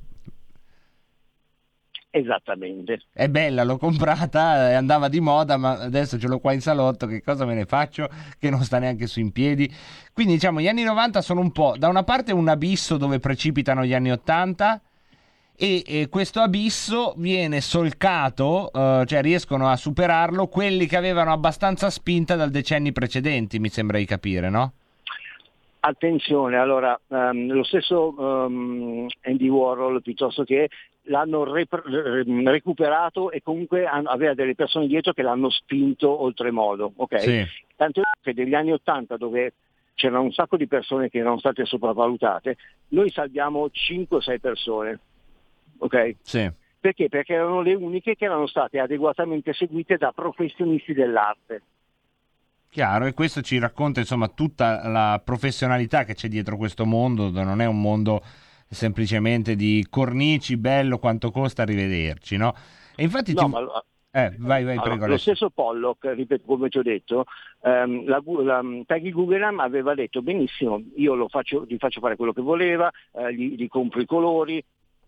Esattamente. È bella, l'ho comprata, andava di moda, ma adesso ce l'ho qua in salotto, che cosa me ne faccio? Che non sta neanche su in piedi. Quindi diciamo gli anni novanta sono un po', da una parte un abisso dove precipitano gli anni ottanta, e, e questo abisso viene solcato, uh, cioè riescono a superarlo quelli che avevano abbastanza spinta dal decenni precedenti, mi sembra di capire, no? Attenzione, allora um, lo stesso um, Andy Warhol, piuttosto che l'hanno rep- recuperato e comunque han- aveva delle persone dietro che l'hanno spinto oltremodo, ok? Sì. Tanto che degli anni ottanta, dove c'erano un sacco di persone che erano state sopravvalutate, noi salviamo cinque o sei persone, ok? Sì. Perché? Perché erano le uniche che erano state adeguatamente seguite da professionisti dell'arte. Chiaro, e questo ci racconta insomma tutta la professionalità che c'è dietro questo mondo, non è un mondo semplicemente di cornici, bello, quanto costa, arrivederci, no? E infatti No, ti... ma lo- eh, vai, vai, allora, prego. lo Alessio. stesso Pollock, ripeto, come ti ho detto, ehm, la, la, Peggy Guggenheim aveva detto benissimo, io lo faccio, gli faccio fare quello che voleva, eh, gli, gli compro i colori.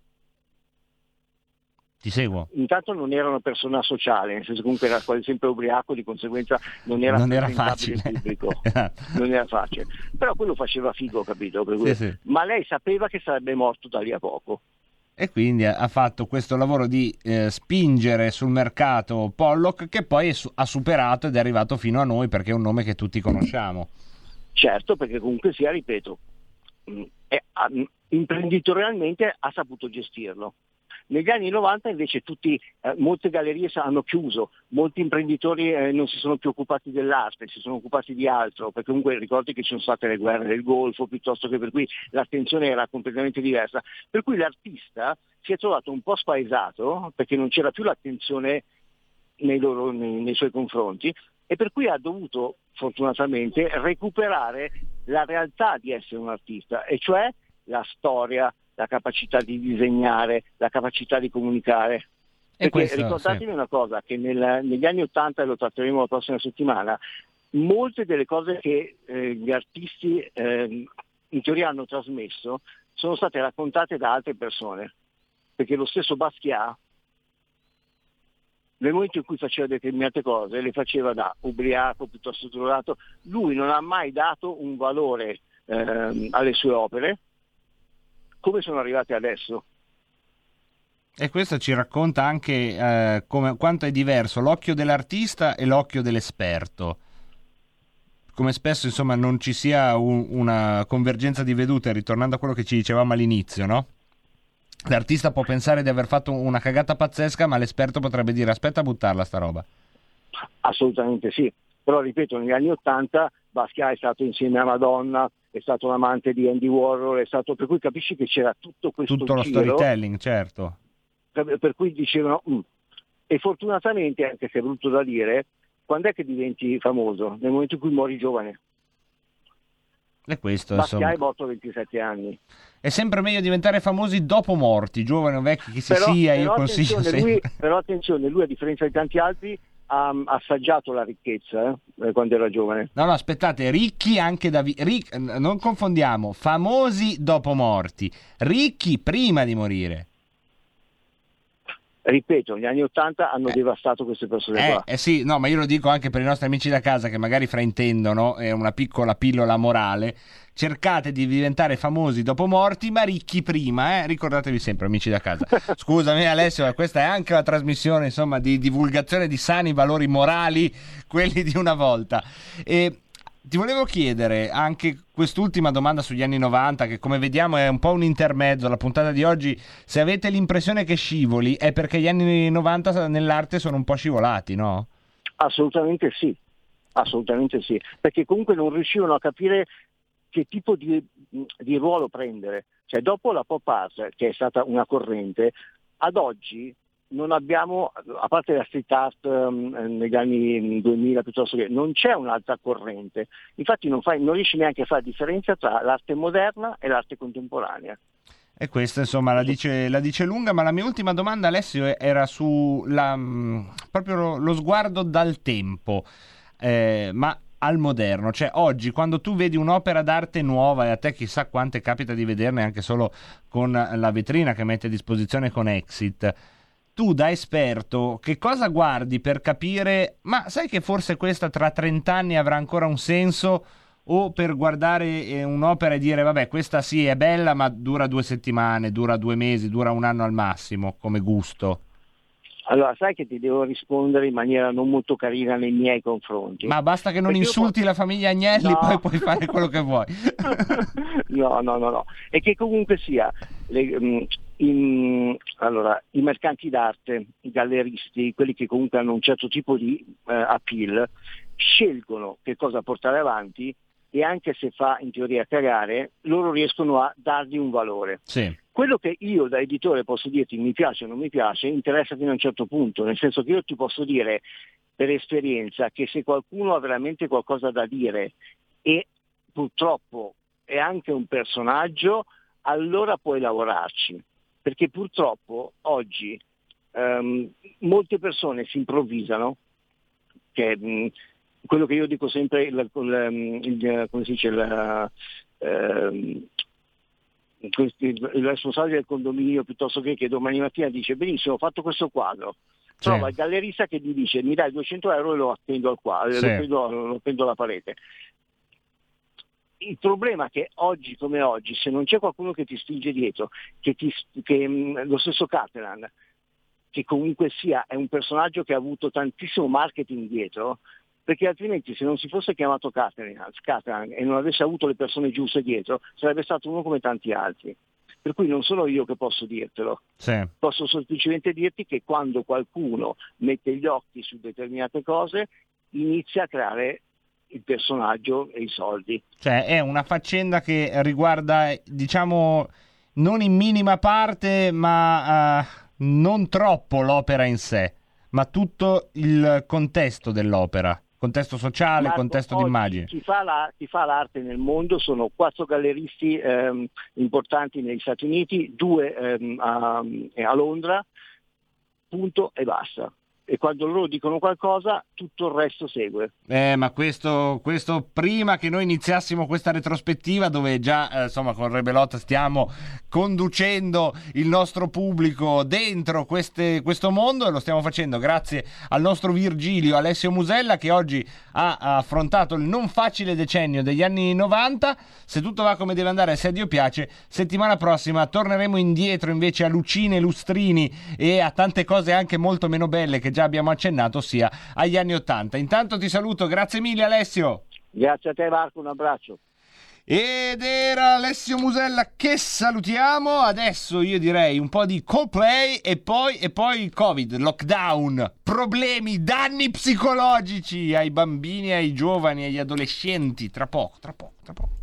Ti seguo. Intanto non era una persona sociale, nel senso comunque era quasi sempre ubriaco, di conseguenza non era, Non era presentabile facile. in pubblico. Esatto. Non era facile. Però quello faceva figo, capito? Per cui- Sì, sì. Ma lei sapeva che sarebbe morto da lì a poco. E quindi ha ha fatto questo lavoro di eh, spingere sul mercato Pollock, che poi è su- ha superato ed è arrivato fino a noi, perché è un nome che tutti conosciamo. Certo, perché comunque sia, ripeto, mh, è- ha- mh, imprenditorialmente ha saputo gestirlo. Negli anni novanta invece tutti, eh, molte gallerie sa- hanno chiuso, molti imprenditori eh, non si sono più occupati dell'arte, si sono occupati di altro, perché comunque ricordi che ci sono state le guerre del Golfo, piuttosto che per cui l'attenzione era completamente diversa. Per cui l'artista si è trovato un po' spaesato, perché non c'era più l'attenzione nei, loro, nei, nei suoi confronti, e per cui ha dovuto fortunatamente recuperare la realtà di essere un artista, e cioè la storia, la capacità di disegnare, la capacità di comunicare. E Perché questo, ricordatevi sì. una cosa, che nel- negli anni Ottanta, e lo tratteremo la prossima settimana, molte delle cose che eh, gli artisti eh, in teoria hanno trasmesso sono state raccontate da altre persone. Perché lo stesso Basquiat, nel momento in cui faceva determinate cose, le faceva da ubriaco piuttosto drogato. Lui non ha mai dato un valore ehm, alle sue opere, come sono arrivate adesso. E questo ci racconta anche eh, come, quanto è diverso l'occhio dell'artista e l'occhio dell'esperto. Come spesso, insomma, non ci sia un- una convergenza di vedute, ritornando a quello che ci dicevamo all'inizio, no? L'artista può pensare di aver fatto una cagata pazzesca, ma l'esperto potrebbe dire aspetta a buttarla sta roba. Assolutamente sì. Però ripeto, negli anni Ottanta Basquiat è stato insieme a Madonna, è stato l'amante di Andy Warhol, è stato, per cui capisci che c'era tutto questo Tutto lo giro, storytelling, certo. per, per cui dicevano "Mm". E fortunatamente, anche se è brutto da dire, quando è che diventi famoso? Nel momento in cui muori giovane. E questo, Basquiat insomma, è morto a ventisette anni. è sempre meglio diventare famosi dopo morti, giovani o vecchi che si Però, sia, io però consiglio attenzione, sempre. lui, però attenzione, lui a differenza di tanti altri ha ha assaggiato la ricchezza eh, quando era giovane. No, no, aspettate, ricchi anche da... vi- ric- non confondiamo, famosi dopo morti, ricchi prima di morire. Ripeto, gli anni Ottanta hanno devastato queste persone Eh, qua. eh sì, no, ma io lo dico anche per i nostri amici da casa che magari fraintendono, è una piccola pillola morale. Cercate di diventare famosi dopo morti, ma ricchi prima, eh? Ricordatevi sempre, amici da casa. Scusami Alessio, questa è anche una trasmissione, insomma, di divulgazione di sani valori morali, quelli di una volta. E ti volevo chiedere anche quest'ultima domanda sugli anni novanta, che come vediamo è un po' un intermezzo. La puntata di oggi, se avete l'impressione che scivoli, è perché gli anni novanta nell'arte sono un po' scivolati, no? Assolutamente sì, assolutamente sì, perché comunque non riuscivano a capire che tipo di, di ruolo prendere. Cioè dopo la pop art, che è stata una corrente, ad oggi non abbiamo, a parte la street art um, negli anni duemila piuttosto che, non c'è un'altra corrente. Infatti non, fai, non riesci neanche a fare differenza tra l'arte moderna e l'arte contemporanea. E questa insomma la dice, la dice lunga, ma la mia ultima domanda, Alessio, era su la, mh, proprio lo, lo sguardo dal tempo, eh, ma al moderno. Cioè oggi quando tu vedi un'opera d'arte nuova, e a te chissà quante capita di vederne anche solo con la vetrina che mette a disposizione con Exit, tu da esperto che cosa guardi per capire, ma sai che forse questa tra trenta anni avrà ancora un senso, o per guardare eh, un'opera e dire vabbè questa sì è bella ma dura due settimane, dura due mesi, dura un anno al massimo come gusto? Allora, sai che ti devo rispondere in maniera non molto carina nei miei confronti. Ma basta che non Perché io insulti po- la famiglia Agnelli, No. poi puoi fare quello che vuoi. No, no, no, no. E che comunque sia, le, mh, in- allora, i mercanti d'arte, i galleristi, quelli che comunque hanno un certo tipo di eh, appeal, scelgono che cosa portare avanti, e anche se fa in teoria cagare, loro riescono a dargli un valore. Sì. Quello che io da editore posso dirti mi piace o non mi piace, interessa fino a un certo punto, nel senso che io ti posso dire per esperienza che se qualcuno ha veramente qualcosa da dire e purtroppo è anche un personaggio, allora puoi lavorarci, perché purtroppo oggi um, molte persone si improvvisano, che mh, quello che io dico sempre, il, il, il, come si dice, il, uh, il responsabile del condominio piuttosto che, che domani mattina dice benissimo, ho fatto questo quadro, Sì. trova il gallerista che gli dice mi dai duecento euro e lo appendo al quadro, Sì. lo, appendo, lo appendo alla parete. Il problema è che oggi come oggi, se non c'è qualcuno che ti spinge dietro, che ti, che, mh, lo stesso Catalan, che comunque sia è un personaggio che ha avuto tantissimo marketing dietro, perché altrimenti se non si fosse chiamato Catalan, Catalan e non avesse avuto le persone giuste dietro, sarebbe stato uno come tanti altri. Per cui non sono io che posso dirtelo, Sì. posso semplicemente dirti che quando qualcuno mette gli occhi su determinate cose inizia a creare il personaggio e i soldi. Cioè è una faccenda che riguarda, diciamo, non in minima parte, ma uh, non troppo l'opera in sé, ma tutto il contesto dell'opera, contesto sociale, Marco, contesto oggi d'immagine. Chi fa, la, chi fa l'arte nel mondo sono quattro galleristi ehm, importanti negli Stati Uniti, due ehm, a, a Londra, punto e basta. E quando loro dicono qualcosa, tutto il resto segue. Eh, ma questo, questo prima che noi iniziassimo questa retrospettiva, dove già eh, insomma con Rebelot stiamo conducendo il nostro pubblico dentro queste, questo mondo, e lo stiamo facendo grazie al nostro Virgilio Alessio Musella, che oggi ha affrontato il non facile decennio degli anni novanta. Se tutto va come deve andare, se a Dio piace, settimana prossima torneremo indietro invece a Lucine Lustrini e a tante cose anche molto meno belle che già abbiamo accennato, ossia agli anni ottanta. Intanto ti saluto, grazie mille Alessio. Grazie a te Marco, un abbraccio. Ed era Alessio Musella che salutiamo. Adesso io direi un po' di Coldplay e poi, e poi Covid, lockdown, problemi, danni psicologici ai bambini, ai giovani, agli adolescenti. Tra poco, tra poco, tra poco.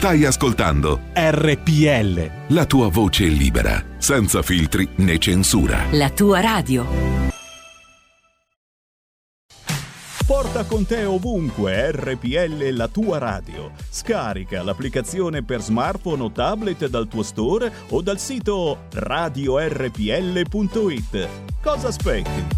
Stai ascoltando R P L, la tua voce libera, senza filtri né censura. La tua radio. Porta con te ovunque R P L, la tua radio. Scarica l'applicazione per smartphone o tablet dal tuo store o dal sito radio R P L punto it. Cosa aspetti?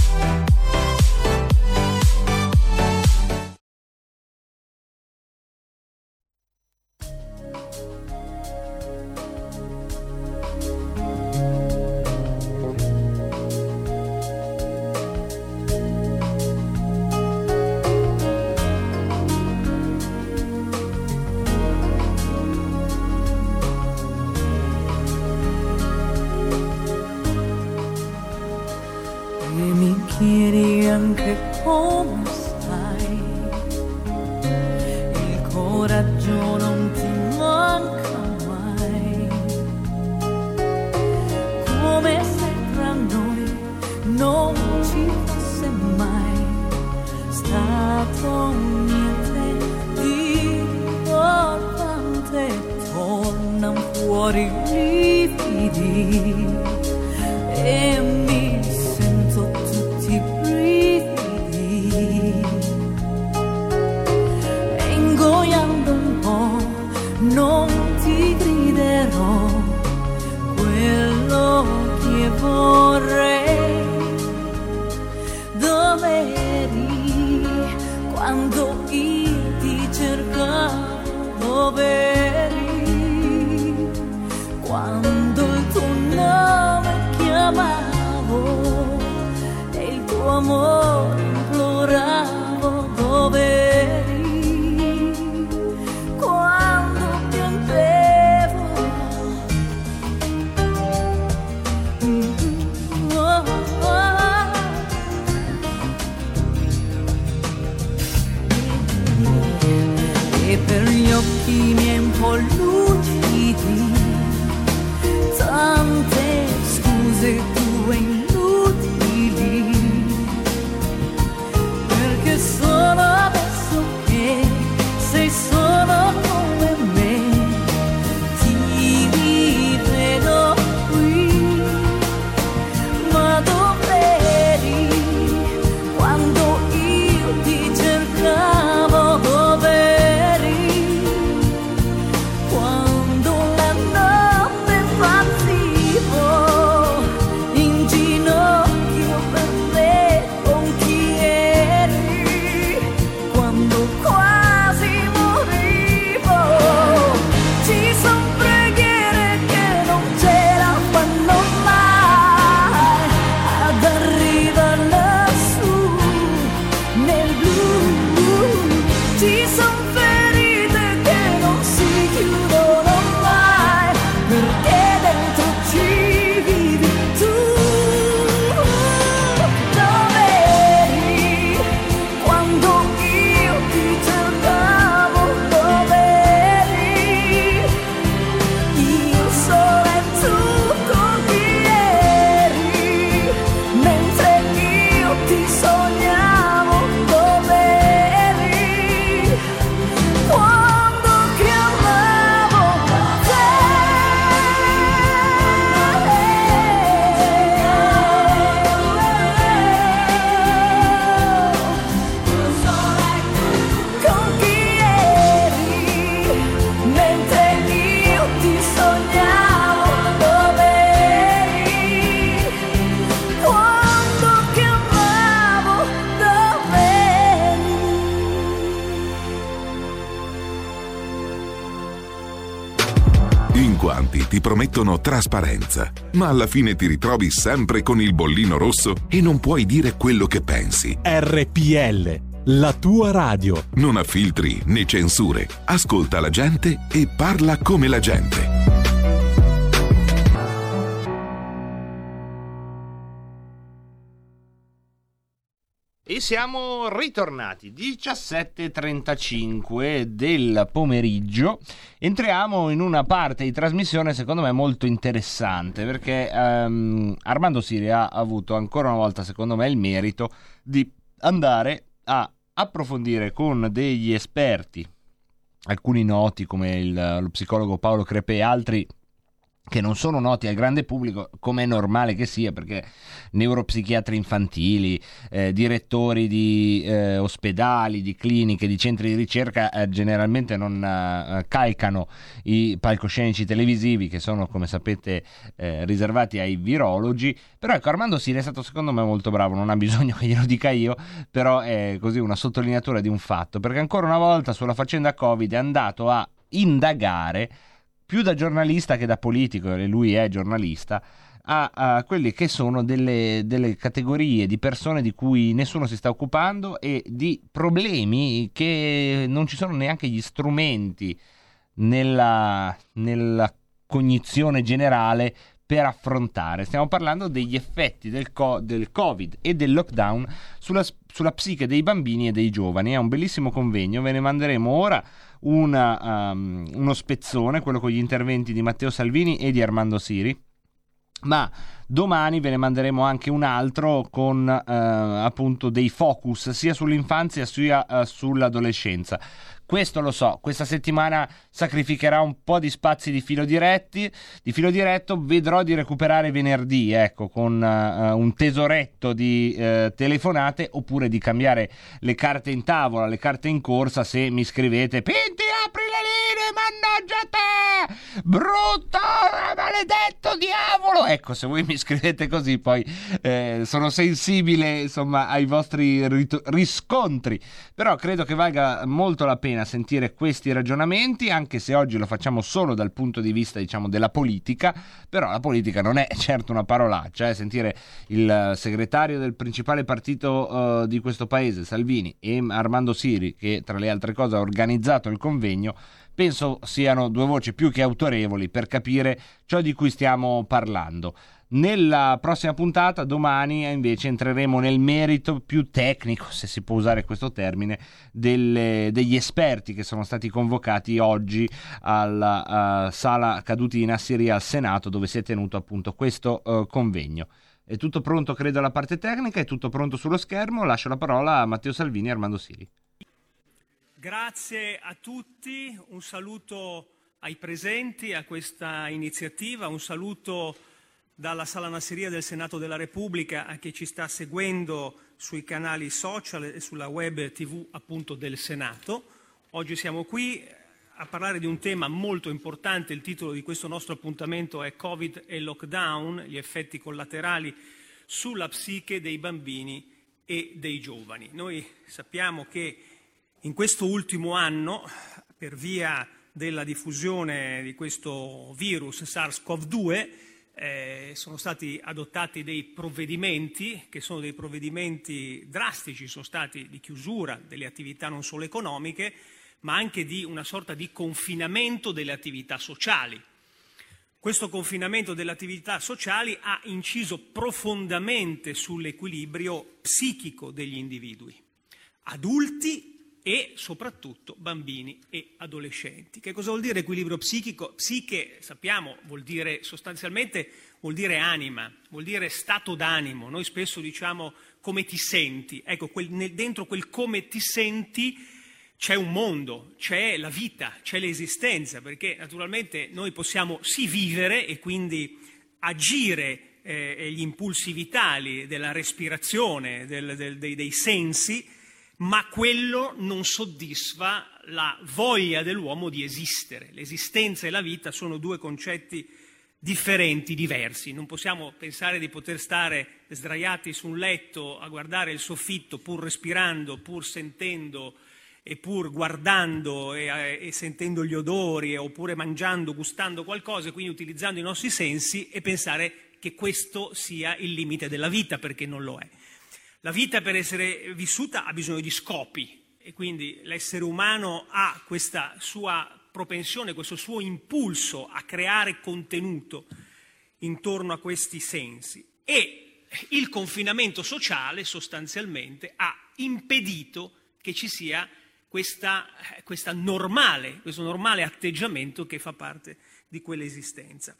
Ti promettono trasparenza, ma alla fine ti ritrovi sempre con il bollino rosso e non puoi dire quello che pensi. R P L, la tua radio. Non ha filtri né censure. Ascolta la gente e parla come la gente. E siamo ritornati, diciassette e trentacinque del pomeriggio. Entriamo in una parte di trasmissione secondo me molto interessante, perché um, Armando Siri ha avuto ancora una volta secondo me il merito di andare a approfondire con degli esperti alcuni noti come il, lo psicologo Paolo Crepè e altri che non sono noti al grande pubblico, come è normale che sia, perché neuropsichiatri infantili, eh, direttori di eh, ospedali, di cliniche, di centri di ricerca eh, generalmente non eh, calcano i palcoscenici televisivi che sono, come sapete, eh, riservati ai virologi. Però ecco, Armando Siri è stato secondo me molto bravo, non ha bisogno che glielo dica io, però è così una sottolineatura di un fatto, perché ancora una volta sulla faccenda Covid è andato a indagare più da giornalista che da politico, e lui è giornalista, a, a quelle che sono delle, delle categorie di persone di cui nessuno si sta occupando e di problemi che non ci sono neanche gli strumenti nella, nella cognizione generale per affrontare. Stiamo parlando degli effetti del, co- del Covid e del lockdown sulla, sulla psiche dei bambini e dei giovani. È un bellissimo convegno, ve ne manderemo ora una, um, uno spezzone, quello con gli interventi di Matteo Salvini e di Armando Siri, ma domani ve ne manderemo anche un altro con uh, appunto dei focus sia sull'infanzia sia uh, sull'adolescenza. Questo lo so, questa settimana sacrificherà un po' di spazi di filo diretti, di filo diretto, vedrò di recuperare venerdì, ecco, con uh, un tesoretto di uh, telefonate, oppure di cambiare le carte in tavola, le carte in corsa, se mi scrivete: Pinti, apri le linee, mannaggia te, brutto, maledetto diavolo. Ecco, se voi mi scrivete così, poi eh, sono sensibile, insomma, ai vostri rit- riscontri, però credo che valga molto la pena sentire questi ragionamenti, anche se oggi lo facciamo solo dal punto di vista, diciamo, della politica. Però la politica non è certo una parolaccia, eh? Sentire il segretario del principale partito uh, di questo paese, Salvini, e Armando Siri, che tra le altre cose ha organizzato il convegno, penso siano due voci più che autorevoli per capire ciò di cui stiamo parlando. Nella prossima puntata, domani, invece entreremo nel merito più tecnico, se si può usare questo termine, delle, degli esperti che sono stati convocati oggi alla uh, Sala Cadutina Siria al Senato, dove si è tenuto appunto questo uh, convegno. È tutto pronto, credo, alla parte tecnica, è tutto pronto sullo schermo. Lascio la parola a Matteo Salvini e Armando Siri. Grazie a tutti, un saluto ai presenti a questa iniziativa, un saluto dalla Sala Nassirya del Senato della Repubblica a chi ci sta seguendo sui canali social e sulla web tivù appunto del Senato. Oggi siamo qui a parlare di un tema molto importante. Il titolo di questo nostro appuntamento è Covid e Lockdown, gli effetti collaterali sulla psiche dei bambini e dei giovani. Noi sappiamo che in questo ultimo anno, per via della diffusione di questo virus SARS-CoV due, Eh, sono stati adottati dei provvedimenti che sono dei provvedimenti drastici, sono stati di chiusura delle attività non solo economiche, ma anche di una sorta di confinamento delle attività sociali. Questo confinamento delle attività sociali ha inciso profondamente sull'equilibrio psichico degli individui, adulti e soprattutto bambini e adolescenti. Che cosa vuol dire equilibrio psichico? Psiche, sappiamo, vuol dire sostanzialmente vuol dire anima, vuol dire stato d'animo. Noi spesso diciamo come ti senti. Ecco, quel, nel, dentro quel come ti senti c'è un mondo, c'è la vita, c'è l'esistenza, perché naturalmente noi possiamo sì vivere e quindi agire eh, gli impulsi vitali della respirazione, del, del, dei, dei sensi, ma quello non soddisfa la voglia dell'uomo di esistere. L'esistenza e la vita sono due concetti differenti, diversi. Non possiamo pensare di poter stare sdraiati su un letto a guardare il soffitto pur respirando, pur sentendo e pur guardando e, e sentendo gli odori, oppure mangiando, gustando qualcosa, e quindi utilizzando i nostri sensi, e pensare che questo sia il limite della vita, perché non lo è. La vita, per essere vissuta, ha bisogno di scopi, e quindi l'essere umano ha questa sua propensione, questo suo impulso a creare contenuto intorno a questi sensi. E il confinamento sociale sostanzialmente ha impedito che ci sia questa, questa normale, questo normale atteggiamento che fa parte di quell'esistenza.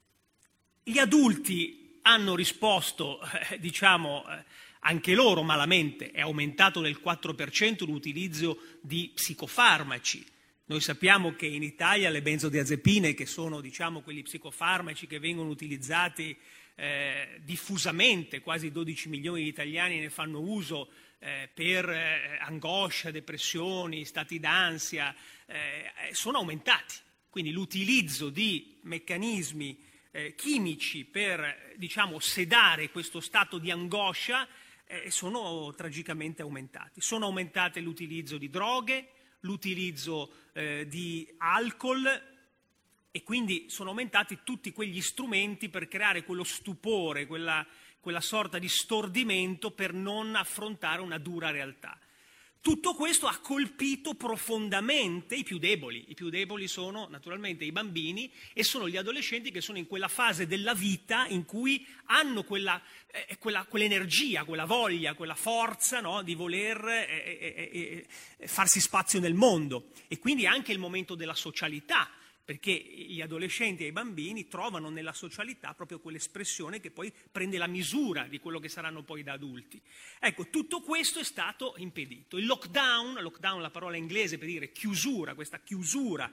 Gli adulti hanno risposto, eh, diciamo, eh, anche loro malamente. È aumentato del quattro per cento l'utilizzo di psicofarmaci, Noi sappiamo che in Italia le benzodiazepine, che sono diciamo quegli psicofarmaci che vengono utilizzati eh, diffusamente, quasi dodici milioni di italiani ne fanno uso eh, per eh, angoscia, depressioni, stati d'ansia, eh, sono aumentati. Quindi l'utilizzo di meccanismi eh, chimici per diciamo sedare questo stato di angoscia eh, sono tragicamente aumentati. Sono aumentate l'utilizzo di droghe, l'utilizzo eh, di alcol e quindi sono aumentati tutti quegli strumenti per creare quello stupore, quella, quella sorta di stordimento per non affrontare una dura realtà. Tutto questo ha colpito profondamente i più deboli. I più deboli sono naturalmente i bambini e sono gli adolescenti che sono in quella fase della vita in cui hanno quella, eh, quella, quell'energia, quella voglia, quella forza, no, di voler eh, eh, eh, farsi spazio nel mondo. E quindi anche il momento della socialità, perché gli adolescenti e i bambini trovano nella socialità proprio quell'espressione che poi prende la misura di quello che saranno poi da adulti. Ecco, tutto questo è stato impedito. Il lockdown, lockdown è la parola inglese per dire chiusura, questa chiusura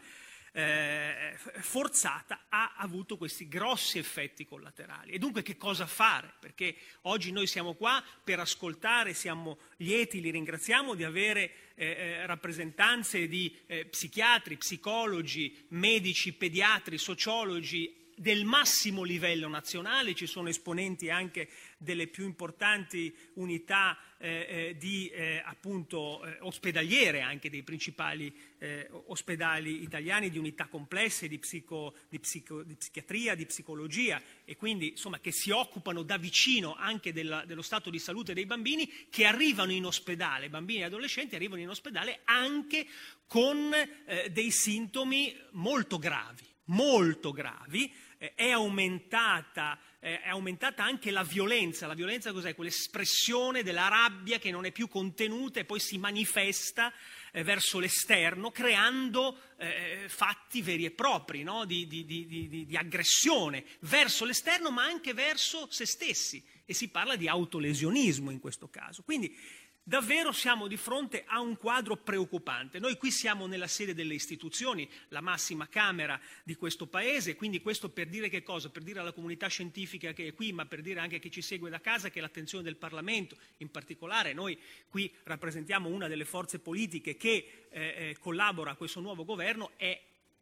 eh, forzata ha avuto questi grossi effetti collaterali. E dunque che cosa fare? Perché oggi noi siamo qua per ascoltare, siamo lieti, li ringraziamo di avere Eh, rappresentanze di eh, psichiatri, psicologi, medici, pediatri, sociologi del massimo livello nazionale, ci sono esponenti anche delle più importanti unità eh, eh, di eh, appunto eh, ospedaliere, anche dei principali eh, ospedali italiani, di unità complesse di, psico, di, psico, di psichiatria, di psicologia e quindi insomma che si occupano da vicino anche della, dello stato di salute dei bambini che arrivano in ospedale, bambini e adolescenti arrivano in ospedale anche con eh, dei sintomi molto gravi, molto gravi, eh, è aumentata eh, è aumentata anche la violenza. La violenza cos'è? Quell'espressione della rabbia che non è più contenuta e poi si manifesta eh, verso l'esterno, creando eh, fatti veri e propri, no? di, di, di, di, di aggressione verso l'esterno ma anche verso se stessi, e si parla di autolesionismo in questo caso. Quindi davvero siamo di fronte a un quadro preoccupante. Noi qui siamo nella sede delle istituzioni, la massima Camera di questo Paese, quindi questo per dire che cosa? Per dire alla comunità scientifica che è qui, ma per dire anche a chi ci segue da casa che l'attenzione del Parlamento, in particolare noi qui rappresentiamo una delle forze politiche che eh, eh, collabora a questo nuovo governo, è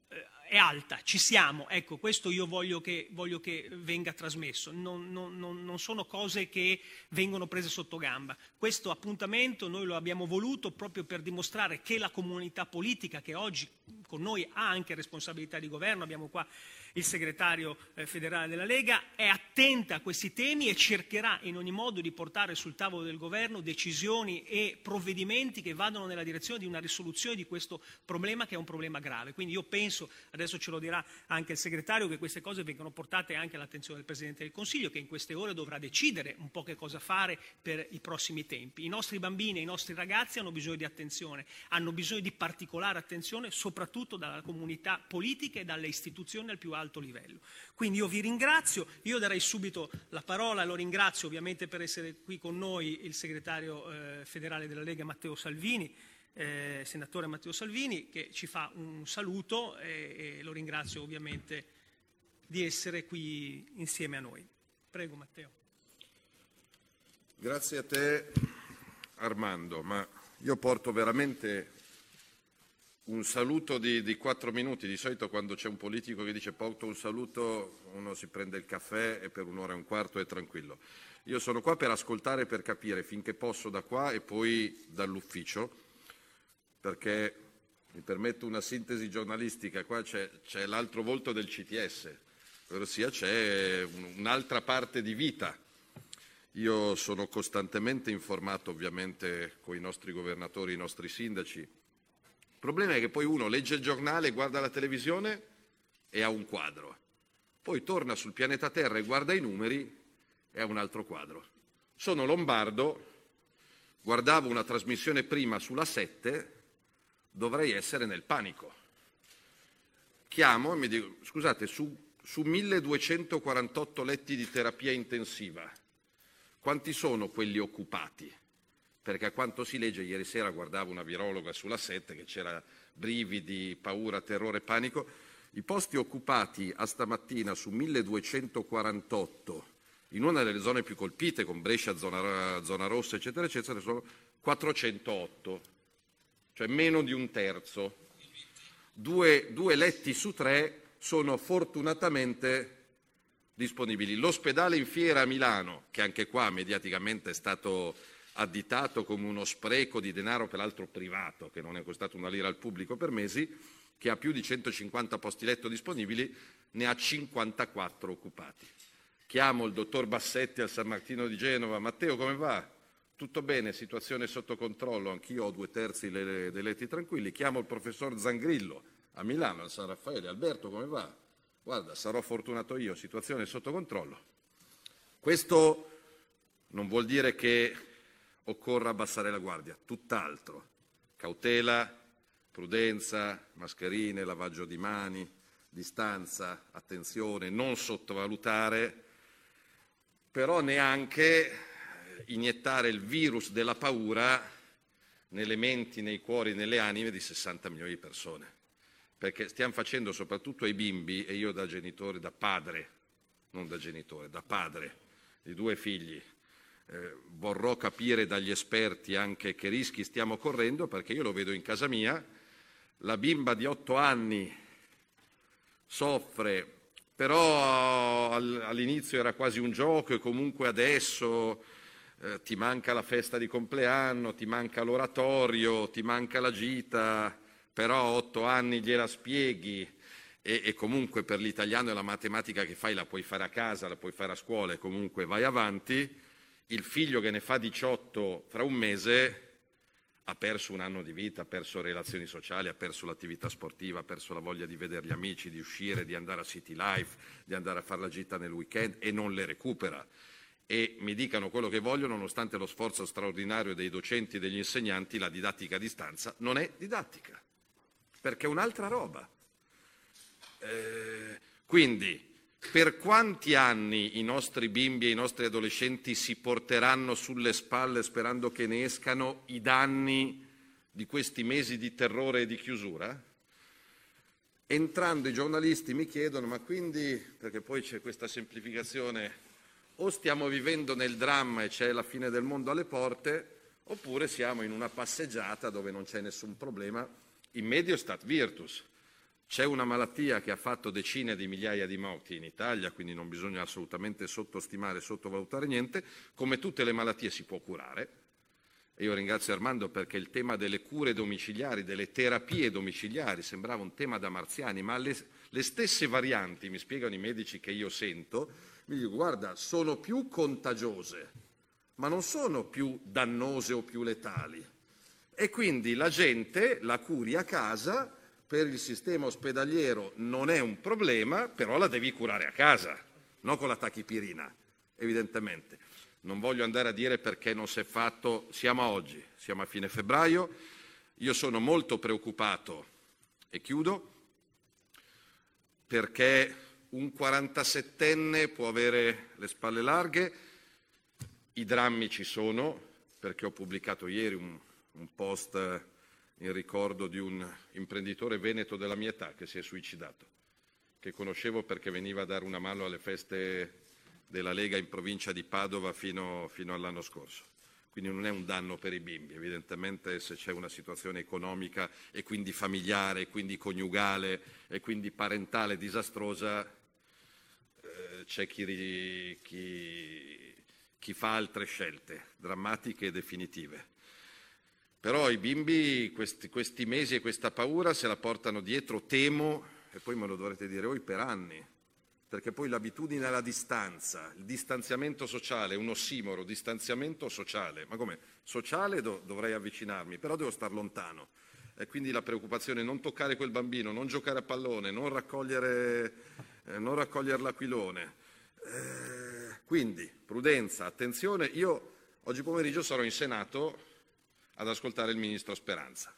è alta, ci siamo, ecco, questo io voglio che, voglio che venga trasmesso, non, non, non sono cose che vengono prese sotto gamba. Questo appuntamento noi lo abbiamo voluto proprio per dimostrare che la comunità politica, che oggi con noi ha anche responsabilità di governo, abbiamo qua il segretario eh, federale della Lega, è attenta a questi temi e cercherà in ogni modo di portare sul tavolo del governo decisioni e provvedimenti che vadano nella direzione di una risoluzione di questo problema, che è un problema grave. Quindi io penso, adesso ce lo dirà anche il segretario, che queste cose vengano portate anche all'attenzione del Presidente del Consiglio, che in queste ore dovrà decidere un po' che cosa fare per i prossimi tempi. I nostri bambini e i nostri ragazzi hanno bisogno di attenzione, hanno bisogno di particolare attenzione soprattutto dalla comunità politica e dalle istituzioni al più alto livello. Quindi io vi ringrazio, io darei subito la parola, lo ringrazio ovviamente per essere qui con noi il segretario eh, federale della Lega Matteo Salvini, eh, senatore Matteo Salvini, che ci fa un saluto e, e lo ringrazio ovviamente di essere qui insieme a noi. Prego Matteo. Grazie a te Armando, ma io porto veramente un saluto di, di quattro minuti. Di solito quando c'è un politico che dice porto un saluto uno si prende il caffè e per un'ora e un quarto è tranquillo. Io sono qua per ascoltare, per capire finché posso da qua e poi dall'ufficio, perché mi permetto una sintesi giornalistica, qua c'è, c'è l'altro volto del C T S, ossia c'è un'altra parte di vita. Io sono costantemente informato ovviamente con i nostri governatori, i nostri sindaci. Il problema è che poi uno legge il giornale, guarda la televisione e ha un quadro. Poi torna sul pianeta Terra e guarda i numeri e ha un altro quadro. Sono lombardo, guardavo una trasmissione prima sulla sette, dovrei essere nel panico. Chiamo e mi dico, scusate, su, su milleduecentoquarantotto letti di terapia intensiva, quanti sono quelli occupati? Perché a quanto si legge, ieri sera guardavo una virologa sulla sette che c'era brividi, paura, terrore, panico. I posti occupati a stamattina su milleduecentoquarantotto in una delle zone più colpite, con Brescia, zona, zona rossa, eccetera, eccetera, sono quattrocentootto, cioè meno di un terzo. Due, due letti su tre sono fortunatamente disponibili. L'ospedale in Fiera a Milano, che anche qua mediaticamente è stato additato come uno spreco di denaro, peraltro privato, che non è costato una lira al pubblico per mesi, che ha più di centocinquanta posti letto disponibili, ne ha cinquantaquattro occupati. Chiamo il dottor Bassetti al San Martino di Genova. Matteo, come va? Tutto bene, situazione sotto controllo, anch'io ho due terzi dei letti tranquilli. Chiamo il professor Zangrillo a Milano, al San Raffaele. Alberto, come va? Guarda, sarò fortunato io, situazione sotto controllo. Questo non vuol dire che occorra abbassare la guardia, tutt'altro. Cautela, prudenza, mascherine, lavaggio di mani, distanza, attenzione, non sottovalutare, però neanche iniettare il virus della paura nelle menti, nei cuori, nelle anime di sessanta milioni di persone. Perché stiamo facendo soprattutto ai bimbi, e io da genitore, da padre, non da genitore, da padre di due figli, eh, vorrò capire dagli esperti anche che rischi stiamo correndo, perché io lo vedo in casa mia, la bimba di otto anni soffre, però all'inizio era quasi un gioco e comunque adesso eh, ti manca la festa di compleanno, ti manca l'oratorio, ti manca la gita, però a otto anni gliela spieghi e, e comunque per l'italiano e la matematica che fai la puoi fare a casa, la puoi fare a scuola e comunque vai avanti. Il figlio che ne fa diciotto fra un mese ha perso un anno di vita, ha perso relazioni sociali, ha perso l'attività sportiva, ha perso la voglia di vedere gli amici, di uscire, di andare a City Life, di andare a fare la gita nel weekend e non le recupera. E mi dicano quello che vogliono, nonostante lo sforzo straordinario dei docenti e degli insegnanti, la didattica a distanza non è didattica, perché è un'altra roba. Eh, quindi, per quanti anni i nostri bimbi e i nostri adolescenti si porteranno sulle spalle sperando che ne escano i danni di questi mesi di terrore e di chiusura? Entrando i giornalisti mi chiedono, ma quindi, perché poi c'è questa semplificazione, o stiamo vivendo nel dramma e c'è la fine del mondo alle porte, oppure siamo in una passeggiata dove non c'è nessun problema. In medio stat virtus. C'è una malattia che ha fatto decine di migliaia di morti in Italia, quindi non bisogna assolutamente sottostimare, sottovalutare niente. Come tutte le malattie si può curare. E io ringrazio Armando perché il tema delle cure domiciliari, delle terapie domiciliari, sembrava un tema da marziani, ma le, le stesse varianti, mi spiegano i medici che io sento, mi dicono guarda, sono più contagiose, ma non sono più dannose o più letali. E quindi la gente la curi a casa. Per il sistema ospedaliero non è un problema, però la devi curare a casa, non con la tachipirina, evidentemente. Non voglio andare a dire perché non si è fatto, siamo a oggi, siamo a fine febbraio, io sono molto preoccupato, e chiudo, perché un quarantasettenne può avere le spalle larghe, i drammi ci sono, perché ho pubblicato ieri un, un post in ricordo di un imprenditore veneto della mia età che si è suicidato, che conoscevo perché veniva a dare una mano alle feste della Lega in provincia di Padova fino, fino all'anno scorso. Quindi non è un danno per i bimbi, evidentemente se c'è una situazione economica e quindi familiare, e quindi coniugale e quindi parentale disastrosa, eh, c'è chi, chi, chi fa altre scelte drammatiche e definitive. Però i bimbi questi, questi mesi e questa paura se la portano dietro, temo, e poi me lo dovrete dire voi, per anni, perché poi l'abitudine alla distanza, il distanziamento sociale, è un ossimoro, distanziamento sociale, ma come? Sociale do, dovrei avvicinarmi, però devo star lontano. E quindi la preoccupazione è non toccare quel bambino, non giocare a pallone, non raccogliere, eh, non raccogliere l'aquilone. Eh, quindi prudenza, attenzione. Io oggi pomeriggio sarò in Senato ad ascoltare il ministro Speranza.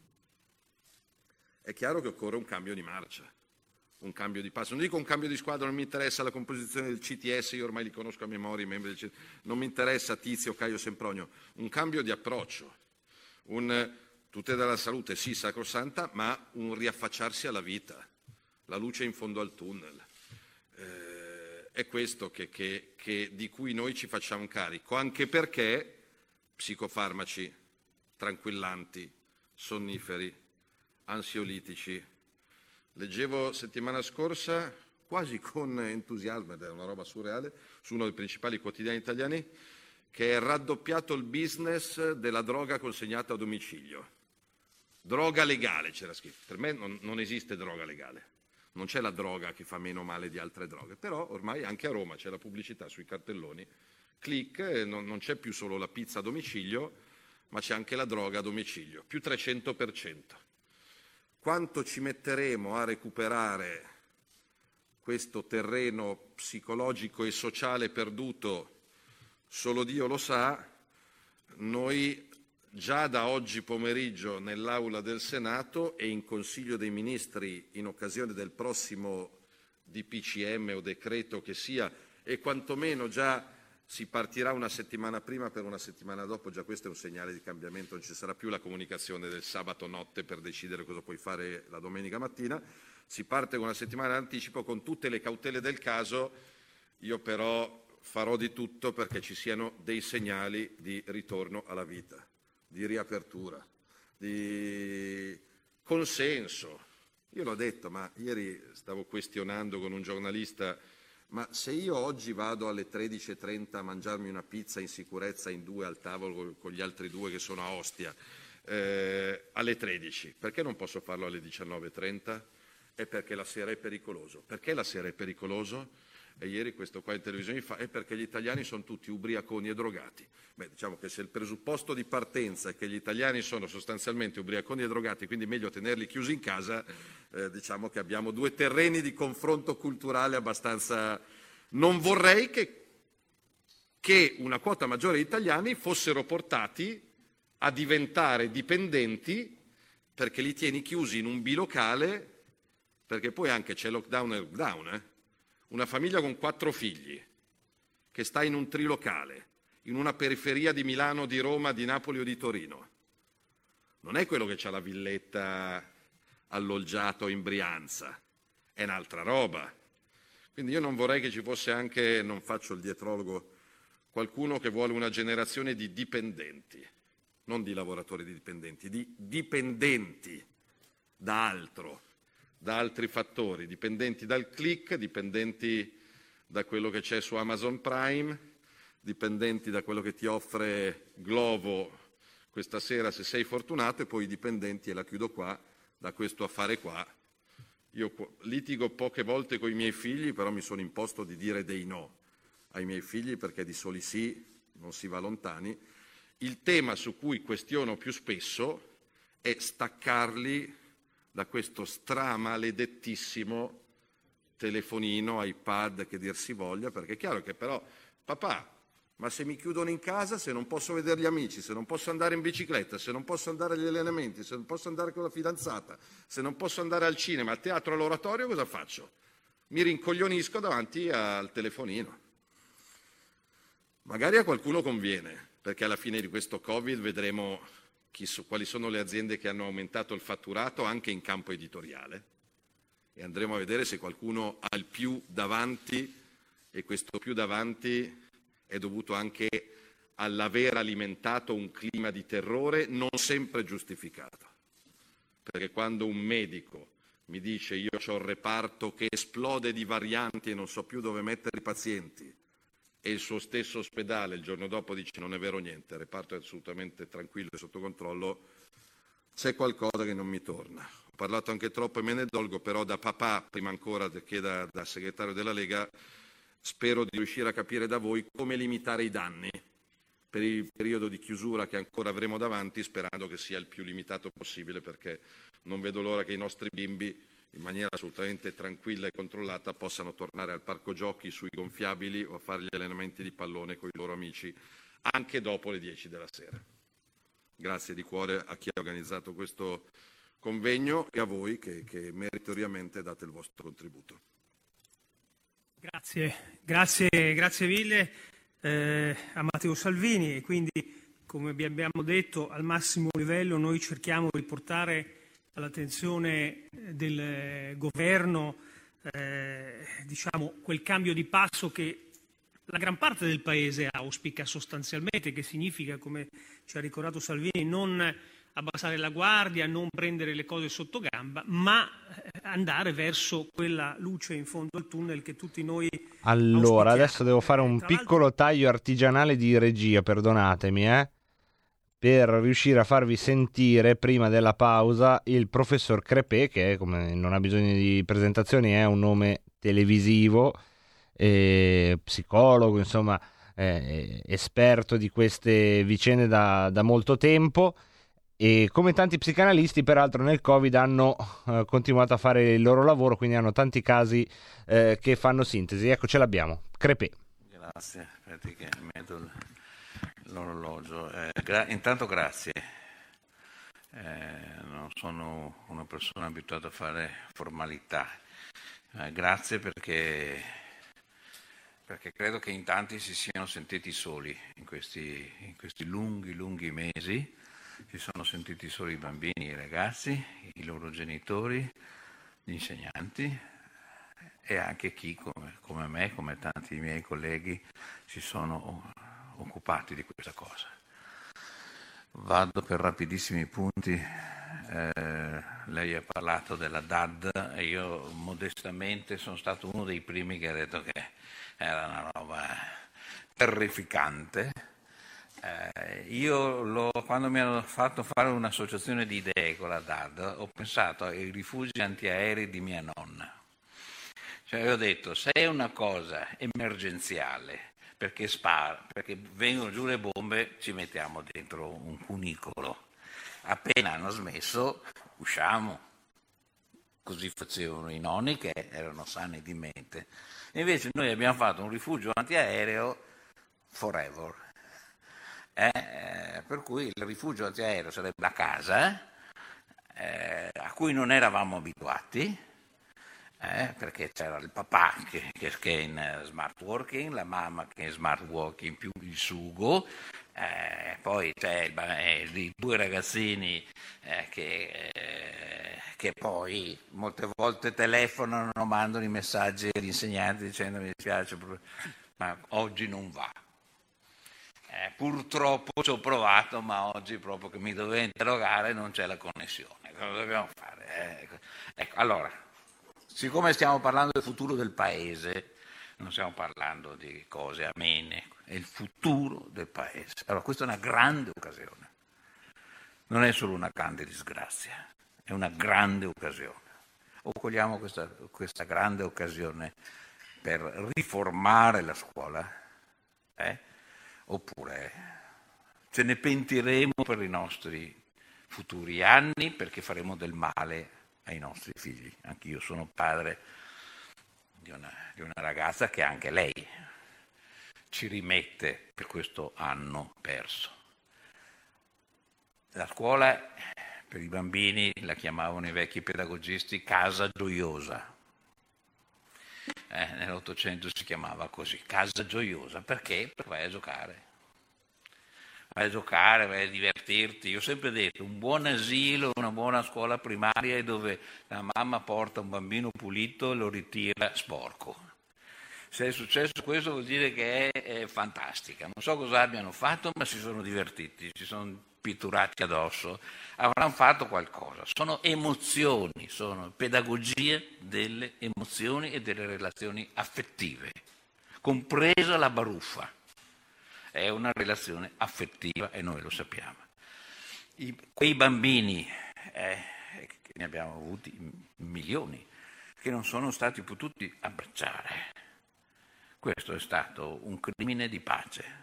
È chiaro che occorre un cambio di marcia, un cambio di passo. Non dico un cambio di squadra, non mi interessa la composizione del C T S, io ormai li conosco a memoria, i membri del C T S, non mi interessa Tizio, Caio, Sempronio, un cambio di approccio, un Tutela della salute sì, sacrosanta, ma un riaffacciarsi alla vita, la luce in fondo al tunnel. Eh, è questo che, che, che, di cui noi ci facciamo carico, anche perché psicofarmaci, tranquillanti, sonniferi, ansiolitici. Leggevo settimana scorsa, quasi con entusiasmo, ed è una roba surreale, su uno dei principali quotidiani italiani, che è raddoppiato il business della droga consegnata a domicilio. Droga legale c'era scritto. Per me non, non esiste droga legale. Non c'è la droga che fa meno male di altre droghe, però ormai anche a Roma c'è la pubblicità sui cartelloni. Click, non, non c'è più solo la pizza a domicilio, ma c'è anche la droga a domicilio, più trecento per cento. Quanto ci metteremo a recuperare questo terreno psicologico e sociale perduto, solo Dio lo sa. Noi già da oggi pomeriggio nell'Aula del Senato e in Consiglio dei Ministri in occasione del prossimo D P C M o decreto che sia, e quantomeno già si partirà una settimana prima per una settimana dopo, già questo è un segnale di cambiamento, non ci sarà più la comunicazione del sabato notte per decidere cosa puoi fare la domenica mattina, si parte con una settimana d'anticipo con tutte le cautele del caso. Io però farò di tutto perché ci siano dei segnali di ritorno alla vita, di riapertura, di consenso. Io l'ho detto, ma ieri stavo questionando con un giornalista, ma se io oggi vado alle tredici e trenta a mangiarmi una pizza in sicurezza in due al tavolo con gli altri due che sono a Ostia, eh, alle tredici, perché non posso farlo alle diciannove e trenta? È perché la sera è pericoloso. Perché la sera è pericoloso? E ieri questo qua in televisione fa, è perché gli italiani sono tutti ubriaconi e drogati. Beh, diciamo che se il presupposto di partenza è che gli italiani sono sostanzialmente ubriaconi e drogati, quindi meglio tenerli chiusi in casa, eh, diciamo che abbiamo due terreni di confronto culturale abbastanza. Non vorrei che, che una quota maggiore di italiani fossero portati a diventare dipendenti perché li tieni chiusi in un bilocale, perché poi anche c'è lockdown e lockdown, eh? Una famiglia con quattro figli che sta in un trilocale, in una periferia di Milano, di Roma, di Napoli o di Torino. Non è quello che c'ha la villetta alloggiato in Brianza, è un'altra roba. Quindi io non vorrei che ci fosse anche, non faccio il dietrologo, qualcuno che vuole una generazione di dipendenti, non di lavoratori di dipendenti, di dipendenti da altro, da altri fattori, dipendenti dal click, dipendenti da quello che c'è su Amazon Prime, dipendenti da quello che ti offre Glovo questa sera se sei fortunato, e poi dipendenti, e la chiudo qua, da questo affare qua. Io litigo poche volte con i miei figli, però mi sono imposto di dire dei no ai miei figli perché di soli sì non si va lontani. Il tema su cui questiono più spesso è staccarli da questo stramaledettissimo telefonino, iPad, che dir si voglia, perché è chiaro che però, papà, ma se mi chiudono in casa, se non posso vedere gli amici, se non posso andare in bicicletta, se non posso andare agli allenamenti, se non posso andare con la fidanzata, se non posso andare al cinema, al teatro, all'oratorio, cosa faccio? Mi rincoglionisco davanti al telefonino. Magari a qualcuno conviene, perché alla fine di questo Covid vedremo chi so, quali sono le aziende che hanno aumentato il fatturato anche in campo editoriale, e andremo a vedere se qualcuno ha il più davanti, e questo più davanti è dovuto anche all'aver alimentato un clima di terrore non sempre giustificato. Perché quando un medico mi dice io ho il reparto che esplode di varianti e non so più dove mettere i pazienti, e il suo stesso ospedale il giorno dopo dice non è vero niente, il reparto è assolutamente tranquillo e sotto controllo, c'è qualcosa che non mi torna. Ho parlato anche troppo e me ne dolgo, però da papà, prima ancora che da, da segretario della Lega, spero di riuscire a capire da voi come limitare i danni per il periodo di chiusura che ancora avremo davanti, sperando che sia il più limitato possibile, perché non vedo l'ora che i nostri bimbi, in maniera assolutamente tranquilla e controllata, possano tornare al parco giochi sui gonfiabili o a fare gli allenamenti di pallone con i loro amici anche dopo le dieci della sera. Grazie di cuore a chi ha organizzato questo convegno e a voi che, che meritoriamente date il vostro contributo. Grazie, grazie, grazie mille eh, a Matteo Salvini, e quindi come vi abbiamo detto, al massimo livello noi cerchiamo di portare all'attenzione del governo eh, diciamo, quel cambio di passo che la gran parte del Paese auspica sostanzialmente, che significa, come ci ha ricordato Salvini, non abbassare la guardia, non prendere le cose sotto gamba, ma andare verso quella luce in fondo al tunnel che tutti noi Allora, auspichiamo. adesso devo fare un piccolo taglio artigianale di regia, perdonatemi, eh, per riuscire a farvi sentire prima della pausa il professor Crepè, che come non ha bisogno di presentazioni, è un nome televisivo, eh, psicologo, insomma, eh, esperto di queste vicende da, da molto tempo. E come tanti psicanalisti, peraltro, nel Covid hanno eh, continuato a fare il loro lavoro, quindi hanno tanti casi eh, che fanno sintesi. Ecco, ce l'abbiamo. Crepè. Grazie, aspetti che metto il- l'orologio. Eh, gra- intanto grazie. Eh, non sono una persona abituata a fare formalità. Eh, grazie perché, perché credo che in tanti si siano sentiti soli in questi, in questi lunghi, lunghi mesi. Si sono sentiti soli i bambini, i ragazzi, i loro genitori, gli insegnanti e anche chi come, come me, come tanti miei colleghi, si sono occupati di questa cosa. Vado per rapidissimi punti. Eh, lei ha parlato della D A D e io modestamente sono stato uno dei primi che ha detto che era una roba terrificante. Eh, io lo, quando mi hanno fatto fare un'associazione di idee con la D A D ho pensato ai rifugi antiaerei di mia nonna. Cioè ho detto, se è una cosa emergenziale perché spara, perché vengono giù le bombe, ci mettiamo dentro un cunicolo. Appena hanno smesso, usciamo. Così facevano i nonni che erano sani di mente. Invece noi abbiamo fatto un rifugio antiaereo forever. Eh, per cui il rifugio antiaereo sarebbe la casa eh, a cui non eravamo abituati, eh, perché c'era il papà che, che, che è in smart working, la mamma che è in smart working più il sugo, eh, poi c'è il, eh, i due ragazzini eh, che, eh, che poi molte volte telefonano, mandano i messaggi agli insegnanti dicendo mi dispiace ma oggi non va. Eh, purtroppo ci ho provato, ma oggi proprio che mi dovevo interrogare non c'è la connessione. Cosa dobbiamo fare? Eh, ecco. Ecco, allora, siccome stiamo parlando del futuro del paese, non stiamo parlando di cose amene, è il futuro del paese. Allora, questa è una grande occasione. Non è solo una grande disgrazia, è una grande occasione. O cogliamo questa, questa grande occasione per riformare la scuola, eh? Oppure ce ne pentiremo per i nostri futuri anni perché faremo del male ai nostri figli. Anch'io sono padre di una, di una ragazza che anche lei ci rimette per questo anno perso. La scuola per i bambini la chiamavano i vecchi pedagogisti casa gioiosa. Eh, nell'Ottocento si chiamava così, casa gioiosa, perché? Perché vai a giocare, vai a giocare, vai a divertirti. Io ho sempre detto, un buon asilo, una buona scuola primaria è dove la mamma porta un bambino pulito e lo ritira sporco. Se è successo questo vuol dire che è, è fantastica. Non so cosa abbiano fatto, ma si sono divertiti, si sono pitturati addosso, avranno fatto qualcosa. Sono emozioni, sono pedagogia delle emozioni e delle relazioni affettive, compresa la baruffa. È una relazione affettiva e noi lo sappiamo. I, quei bambini, eh, che ne abbiamo avuti milioni, che non sono stati potuti abbracciare, questo è stato un crimine di pace.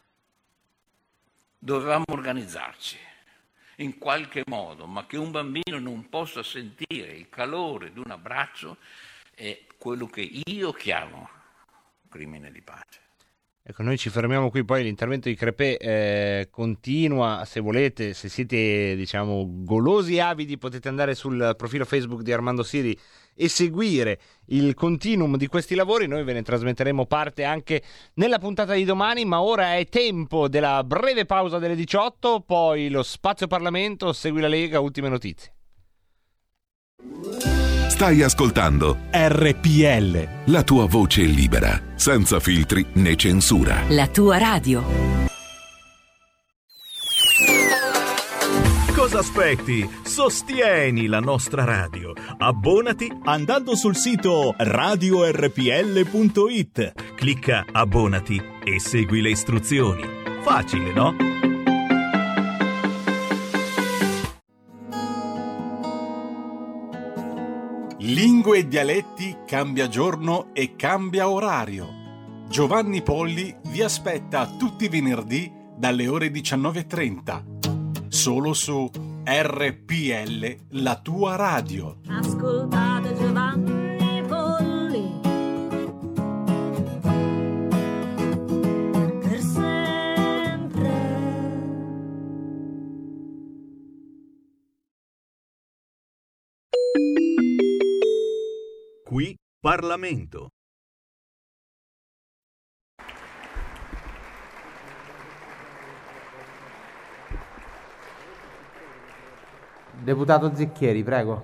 Dovevamo organizzarci in qualche modo, ma che un bambino non possa sentire il calore di un abbraccio è quello che io chiamo crimine di pace. Ecco, noi ci fermiamo qui, poi l'intervento di Crepè eh, continua. Se volete, se siete, diciamo, golosi e avidi, potete andare sul profilo Facebook di Armando Siri e seguire il continuum di questi lavori. Noi ve ne trasmetteremo parte anche nella puntata di domani, ma ora è tempo della breve pausa delle diciotto, poi lo Spazio Parlamento, Segui la Lega, ultime notizie. Stai ascoltando R P L, la tua voce libera, senza filtri né censura. La tua radio. Cosa aspetti? Sostieni la nostra radio. Abbonati andando sul sito radio r p l punto i t. Clicca abbonati e segui le istruzioni. Facile, no? Lingue e dialetti cambia giorno e cambia orario. Giovanni Polli vi aspetta tutti i venerdì dalle ore diciannove e trenta. Solo su R P L, la tua radio. Ascoltate Giovanni Polli per sempre. Qui Parlamento. Deputato Zecchieri, prego.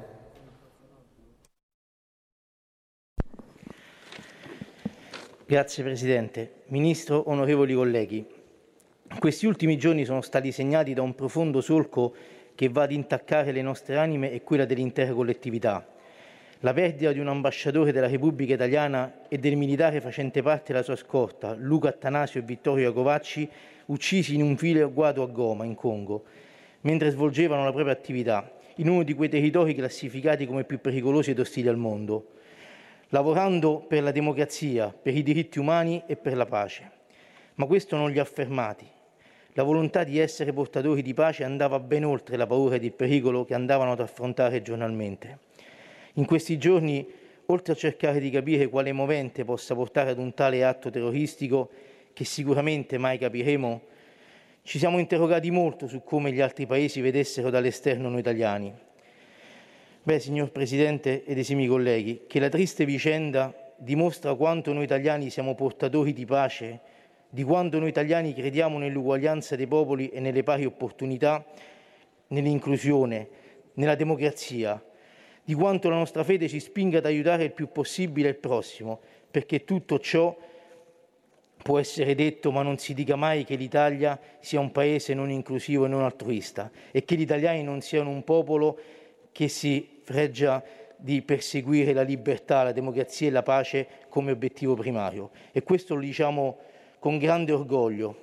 Grazie Presidente. Ministro, onorevoli colleghi, questi ultimi giorni sono stati segnati da un profondo solco che va ad intaccare le nostre anime e quella dell'intera collettività. La perdita di un ambasciatore della Repubblica Italiana e del militare facente parte della sua scorta, Luca Attanasio e Vittorio Iacovacci, uccisi in un vile agguato a Goma, in Congo, mentre svolgevano la propria attività, in uno di quei territori classificati come più pericolosi ed ostili al mondo, lavorando per la democrazia, per i diritti umani e per la pace. Ma questo non li ha fermati. La volontà di essere portatori di pace andava ben oltre la paura ed il pericolo che andavano ad affrontare giornalmente. In questi giorni, oltre a cercare di capire quale movente possa portare ad un tale atto terroristico, che sicuramente mai capiremo, ci siamo interrogati molto su come gli altri paesi vedessero dall'esterno noi italiani. Beh, signor Presidente ed esimi colleghi, che la triste vicenda dimostra quanto noi italiani siamo portatori di pace, di quanto noi italiani crediamo nell'uguaglianza dei popoli e nelle pari opportunità, nell'inclusione, nella democrazia, di quanto la nostra fede ci spinga ad aiutare il più possibile il prossimo, perché tutto ciò può essere detto, ma non si dica mai che l'Italia sia un paese non inclusivo e non altruista e che gli italiani non siano un popolo che si fregia di perseguire la libertà, la democrazia e la pace come obiettivo primario. E questo lo diciamo con grande orgoglio.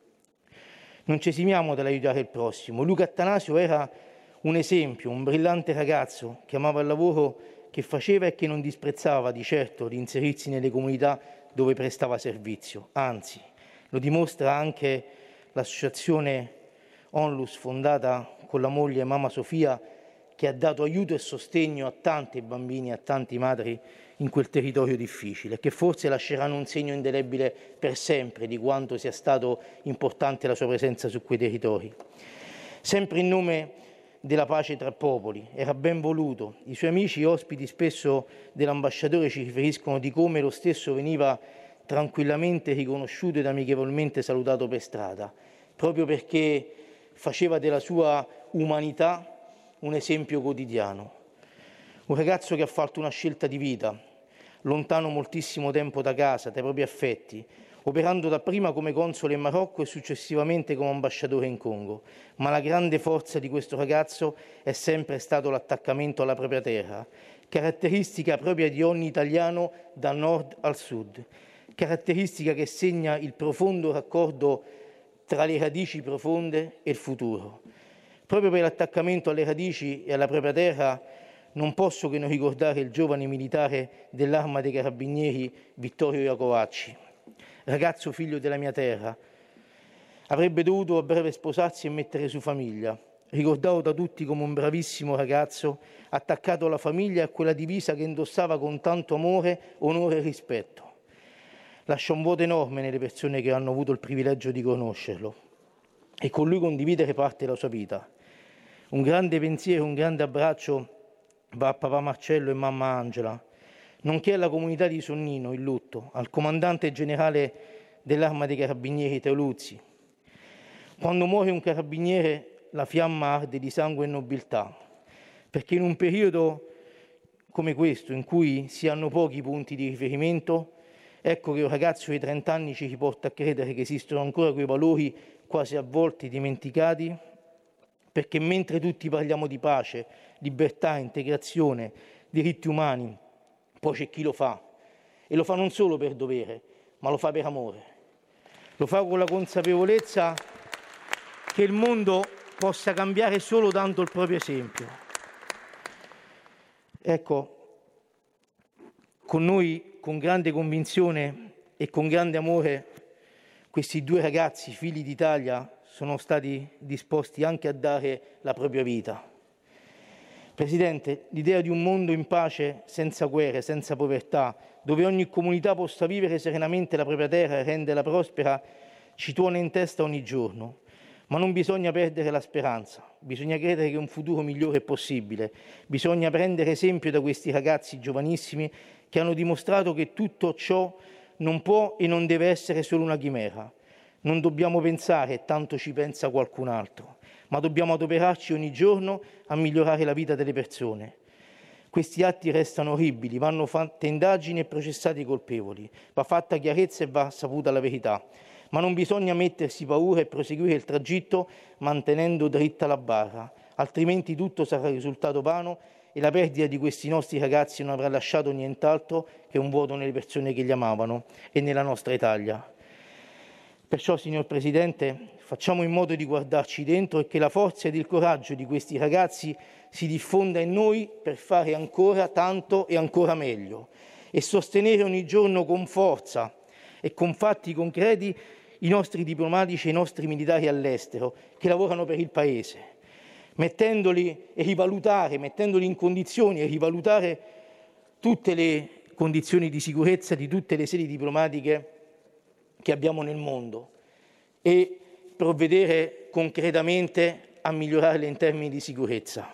Non ci esimiamo dall'aiutare il prossimo. Luca Attanasio era un esempio, un brillante ragazzo che amava il lavoro che faceva e che non disprezzava di certo di inserirsi nelle comunità dove prestava servizio. Anzi, lo dimostra anche l'associazione Onlus fondata con la moglie Mamma Sofia, che ha dato aiuto e sostegno a tanti bambini e a tanti madri in quel territorio difficile, che forse lasceranno un segno indelebile per sempre di quanto sia stato importante la sua presenza su quei territori. Sempre in nome della pace tra popoli, era ben voluto. I suoi amici ospiti spesso dell'ambasciatore ci riferiscono di come lo stesso veniva tranquillamente riconosciuto ed amichevolmente salutato per strada, proprio perché faceva della sua umanità un esempio quotidiano. Un ragazzo che ha fatto una scelta di vita, lontano moltissimo tempo da casa, dai propri affetti, operando dapprima come console in Marocco e successivamente come ambasciatore in Congo. Ma la grande forza di questo ragazzo è sempre stato l'attaccamento alla propria terra, caratteristica propria di ogni italiano da nord al sud, caratteristica che segna il profondo raccordo tra le radici profonde e il futuro. Proprio per l'attaccamento alle radici e alla propria terra non posso che non ricordare il giovane militare dell'Arma dei Carabinieri Vittorio Iacovacci, ragazzo figlio della mia terra. Avrebbe dovuto a breve sposarsi e mettere su famiglia, ricordato da tutti come un bravissimo ragazzo attaccato alla famiglia e a quella divisa che indossava con tanto amore, onore e rispetto. lascia un vuoto enorme nelle persone che hanno avuto il privilegio di conoscerlo e con lui condividere parte della sua vita. Un grande pensiero, un grande abbraccio va a papà Marcello e mamma Angela, nonché alla comunità di Sonnino in lutto, al comandante generale dell'Arma dei Carabinieri Teoluzzi. Quando muore un carabiniere la fiamma arde di sangue e nobiltà, perché in un periodo come questo, in cui si hanno pochi punti di riferimento, ecco che un ragazzo di trenta anni ci riporta a credere che esistono ancora quei valori quasi a volte dimenticati, perché mentre tutti parliamo di pace, libertà, integrazione, diritti umani, poi c'è chi lo fa, e lo fa non solo per dovere, ma lo fa per amore. Lo fa con la consapevolezza che il mondo possa cambiare solo dando il proprio esempio. Ecco, con noi, con grande convinzione e con grande amore, questi due ragazzi, figli d'Italia, sono stati disposti anche a dare la propria vita. Presidente, l'idea di un mondo in pace, senza guerre, senza povertà, dove ogni comunità possa vivere serenamente la propria terra e renderla prospera, ci tuona in testa ogni giorno. Ma non bisogna perdere la speranza, bisogna credere che un futuro migliore è possibile, bisogna prendere esempio da questi ragazzi giovanissimi che hanno dimostrato che tutto ciò non può e non deve essere solo una chimera. Non dobbiamo pensare tanto ci pensa qualcun altro, ma dobbiamo adoperarci ogni giorno a migliorare la vita delle persone. Questi atti restano orribili, vanno fatte indagini e processati i colpevoli, va fatta chiarezza e va saputa la verità. Ma non bisogna mettersi paura e proseguire il tragitto mantenendo dritta la barra, altrimenti tutto sarà risultato vano e la perdita di questi nostri ragazzi non avrà lasciato nient'altro che un vuoto nelle persone che li amavano e nella nostra Italia. Perciò, signor Presidente, facciamo in modo di guardarci dentro e che la forza ed il coraggio di questi ragazzi si diffonda in noi per fare ancora tanto e ancora meglio e sostenere ogni giorno con forza e con fatti concreti i nostri diplomatici e i nostri militari all'estero che lavorano per il Paese, mettendoli e rivalutare, mettendoli in condizioni e rivalutare tutte le condizioni di sicurezza di tutte le sedi diplomatiche che abbiamo nel mondo e provvedere concretamente a migliorarle in termini di sicurezza.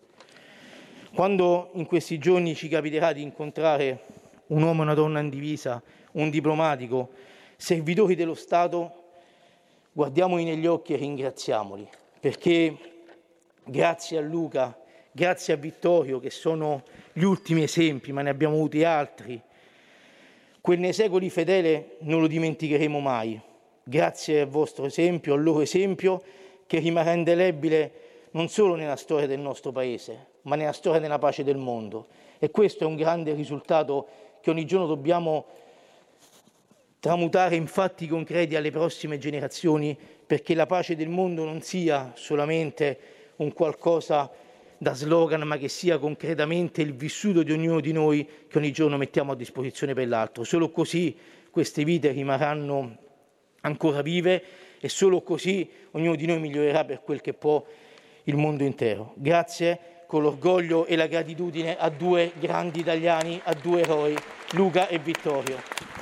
Quando in questi giorni ci capiterà di incontrare un uomo e una donna in divisa, un diplomatico, servitori dello Stato, guardiamoli negli occhi e ringraziamoli, perché grazie a Luca, grazie a Vittorio, che sono gli ultimi esempi, ma ne abbiamo avuti altri, quel nei secoli fedele non lo dimenticheremo mai. Grazie al vostro esempio, al loro esempio, che rimarrà indelebile non solo nella storia del nostro Paese, ma nella storia della pace del mondo. E questo è un grande risultato che ogni giorno dobbiamo tramutare in fatti concreti alle prossime generazioni, perché la pace del mondo non sia solamente un qualcosa da slogan, ma che sia concretamente il vissuto di ognuno di noi che ogni giorno mettiamo a disposizione per l'altro. Solo così queste vite rimarranno ancora vive e solo così ognuno di noi migliorerà per quel che può il mondo intero. Grazie con l'orgoglio e la gratitudine a due grandi italiani, a due eroi, Luca e Vittorio.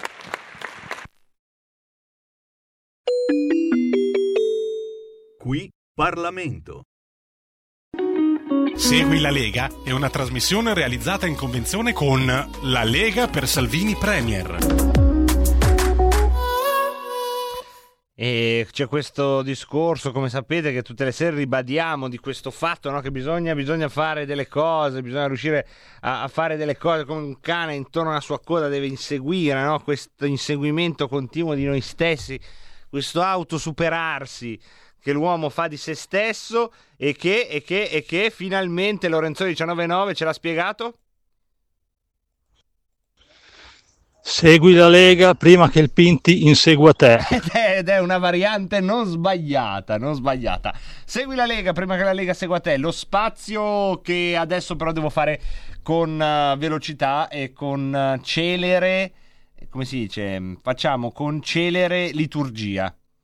Qui Parlamento. Segui la Lega è una trasmissione realizzata in convenzione con La Lega per Salvini Premier. E c'è questo discorso, come sapete, che tutte le sere ribadiamo di questo fatto, no? Che bisogna, bisogna fare delle cose, bisogna riuscire a, a fare delle cose come un cane intorno alla sua coda deve inseguire, no? Questo inseguimento continuo di noi stessi, questo autosuperarsi che l'uomo fa di se stesso e che, e che, e che finalmente Lorenzoni diciannove nove ce l'ha spiegato. Segui la Lega prima che il Pinti insegua te. Ed è, ed è una variante non sbagliata, non sbagliata. Segui la Lega prima che la Lega segua te. Lo spazio che adesso però devo fare con uh, velocità e con uh, celere, come si dice? Facciamo con celere liturgia.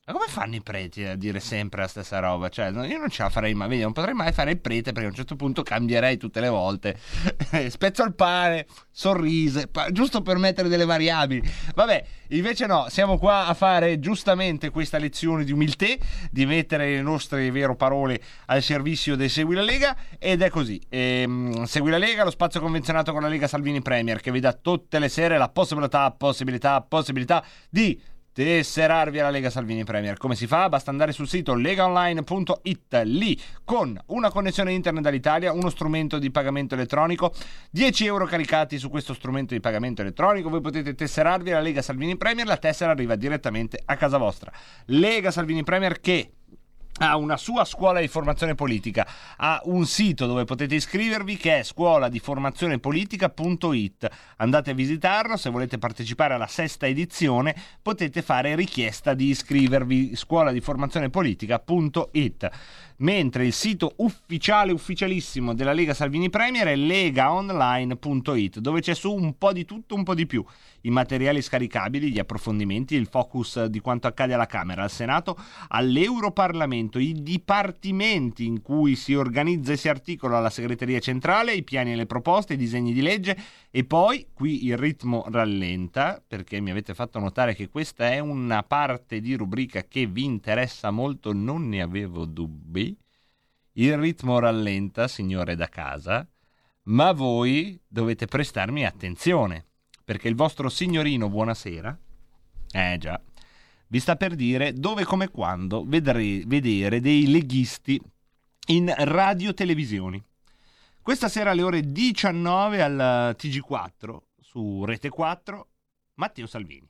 Ma come fanno i preti a dire sempre la stessa roba? Cioè, io non ce la farei mai, vedi, non potrei mai fare il prete perché a un certo punto cambierei tutte le volte. Spezzo il pane, sorrise, pa- giusto per mettere delle variabili. Vabbè, invece no, siamo qua a fare giustamente questa lezione di umiltà, di mettere le nostre vero parole al servizio del Segui la Lega, ed è così. Ehm, Segui la Lega, lo spazio convenzionato con la Lega Salvini Premier, che vi dà tutte le sere la possibilità, possibilità, possibilità di tesserarvi alla Lega Salvini Premier. Come si fa? Basta andare sul sito legaonline punto it, lì con una connessione internet dall'Italia, uno strumento di pagamento elettronico, dieci euro caricati su questo strumento di pagamento elettronico, voi potete tesserarvi alla Lega Salvini Premier, la tessera arriva direttamente a casa vostra. Lega Salvini Premier che ha una sua scuola di formazione politica, ha un sito dove potete iscrivervi che è scuola di formazione politica punto it. Andate a visitarlo, se volete partecipare alla sesta edizione potete fare richiesta di iscrivervi, scuola di formazione politica punto it. Mentre il sito ufficiale ufficialissimo della Lega Salvini Premier è legaonline punto it, dove c'è su un po' di tutto, un po' di più. I materiali scaricabili, gli approfondimenti, il focus di quanto accade alla Camera, al Senato, all'Europarlamento, i dipartimenti in cui si organizza e si articola la segreteria centrale, i piani e le proposte, i disegni di legge, e poi qui il ritmo rallenta, perché mi avete fatto notare che questa è una parte di rubrica che vi interessa molto, non ne avevo dubbi. Il ritmo rallenta, signore da casa, ma voi dovete prestarmi attenzione, perché il vostro signorino buonasera, eh già, vi sta per dire dove, come, quando vedere, vedere dei leghisti in radiotelevisioni. Questa sera alle ore diciannove al T G quattro, su Rete quattro, Matteo Salvini.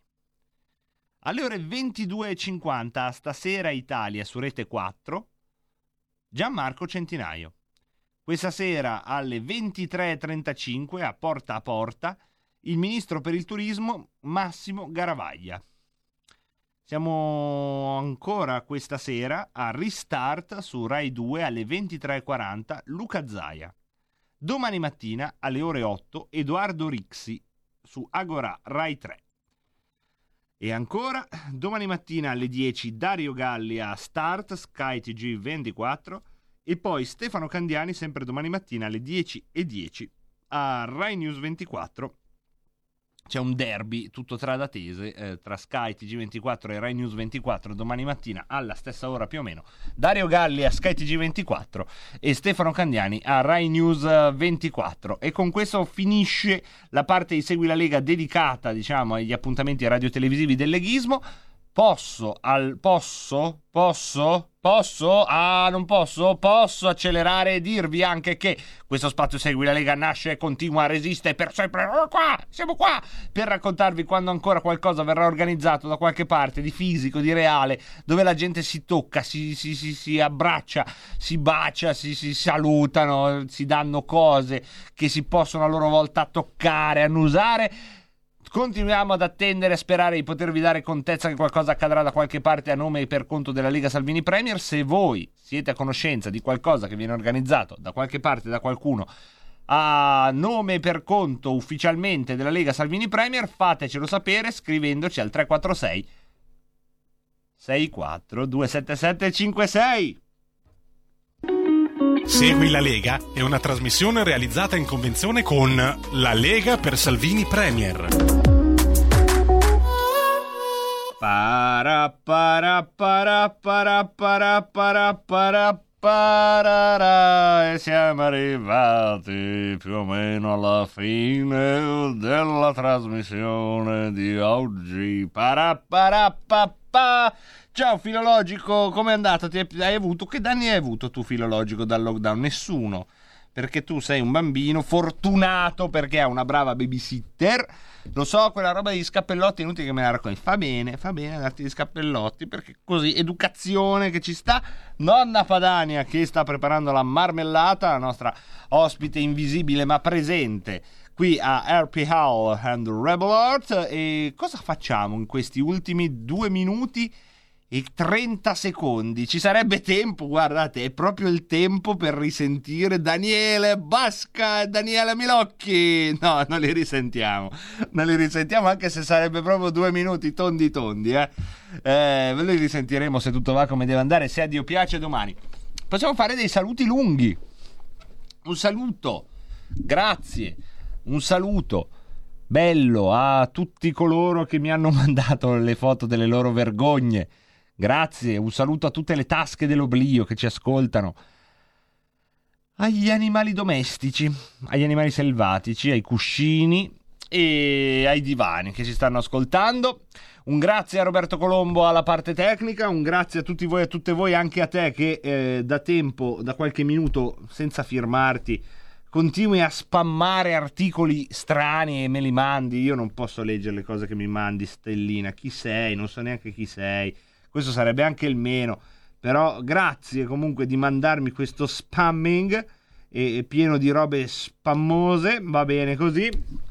Alle ore ventidue e cinquanta a Stasera Italia su Rete quattro, Gianmarco Centinaio. Questa sera alle ventitré e trentacinque a Porta a Porta, il ministro per il turismo Massimo Garavaglia. Siamo ancora questa sera a Restart su Rai due alle ventitré e quaranta, Luca Zaia. Domani mattina alle ore otto Edoardo Rixi su Agora Rai tre. E ancora domani mattina alle dieci Dario Galli a Start Sky T G ventiquattro e poi Stefano Candiani sempre domani mattina alle dieci e dieci a Rai News ventiquattro. C'è un derby tutto tradatese eh, tra Sky T G ventiquattro e Rai News ventiquattro domani mattina alla stessa ora più o meno. Dario Galli a Sky T G ventiquattro e Stefano Candiani a Rai News ventiquattro. E con questo finisce la parte di Segui la Lega dedicata, diciamo, agli appuntamenti radiotelevisivi del leghismo. Posso, al, posso, posso, posso, ah non posso, posso accelerare e dirvi anche che questo spazio Segui la Lega nasce e continua a resistere per sempre, oh, qua, siamo qua, per raccontarvi quando ancora qualcosa verrà organizzato da qualche parte, di fisico, di reale, dove la gente si tocca, si, si, si, si abbraccia, si bacia, si, si salutano, si danno cose che si possono a loro volta toccare, annusare. Continuiamo ad attendere e sperare di potervi dare contezza che qualcosa accadrà da qualche parte a nome e per conto della Lega Salvini Premier. Se voi siete a conoscenza di qualcosa che viene organizzato da qualche parte, da qualcuno, a nome e per conto ufficialmente della Lega Salvini Premier, fatecelo sapere scrivendoci al tre quattro sei sei quattro due sette sette cinque sei. Segui la Lega è una trasmissione realizzata in convenzione con La Lega per Salvini Premier. Para para para para para para para parara, e siamo arrivati più o meno alla fine della trasmissione di oggi. Para para pa pa. Ciao filologico, com'è andato? Ti hai avuto, che danni hai avuto tu filologico dal lockdown? Nessuno, perché tu sei un bambino fortunato perché ha una brava babysitter. Lo so, quella roba degli scappellotti inutile che me la racconti. Fa bene, fa bene darti gli scappellotti, perché così, educazione che ci sta. Nonna Padania che sta preparando la marmellata, la nostra ospite invisibile ma presente qui a R P Hall and Rebel Art. E cosa facciamo in questi ultimi due minuti e trenta secondi. Ci sarebbe tempo, guardate, è proprio il tempo per risentire Daniele Basca e Daniele Milocchi. No, non li risentiamo, non li risentiamo, anche se sarebbe proprio due minuti tondi tondi, eh. Eh, ve li risentiremo se tutto va come deve andare, se a Dio piace domani. Possiamo fare dei saluti lunghi. Un saluto, grazie, un saluto bello a tutti coloro che mi hanno mandato le foto delle loro vergogne. Grazie, un saluto a tutte le tasche dell'oblio che ci ascoltano, agli animali domestici, agli animali selvatici, ai cuscini e ai divani che ci stanno ascoltando. Un grazie a Roberto Colombo alla parte tecnica, un grazie a tutti voi e a tutte voi, anche a te che eh, da tempo, da qualche minuto, senza firmarti, continui a spammare articoli strani e me li mandi. Io non posso leggere le cose che mi mandi, stellina. Chi sei? Non so neanche chi sei. Questo sarebbe anche il meno, però grazie comunque di mandarmi questo spamming e, e pieno di robe spammose, va bene così.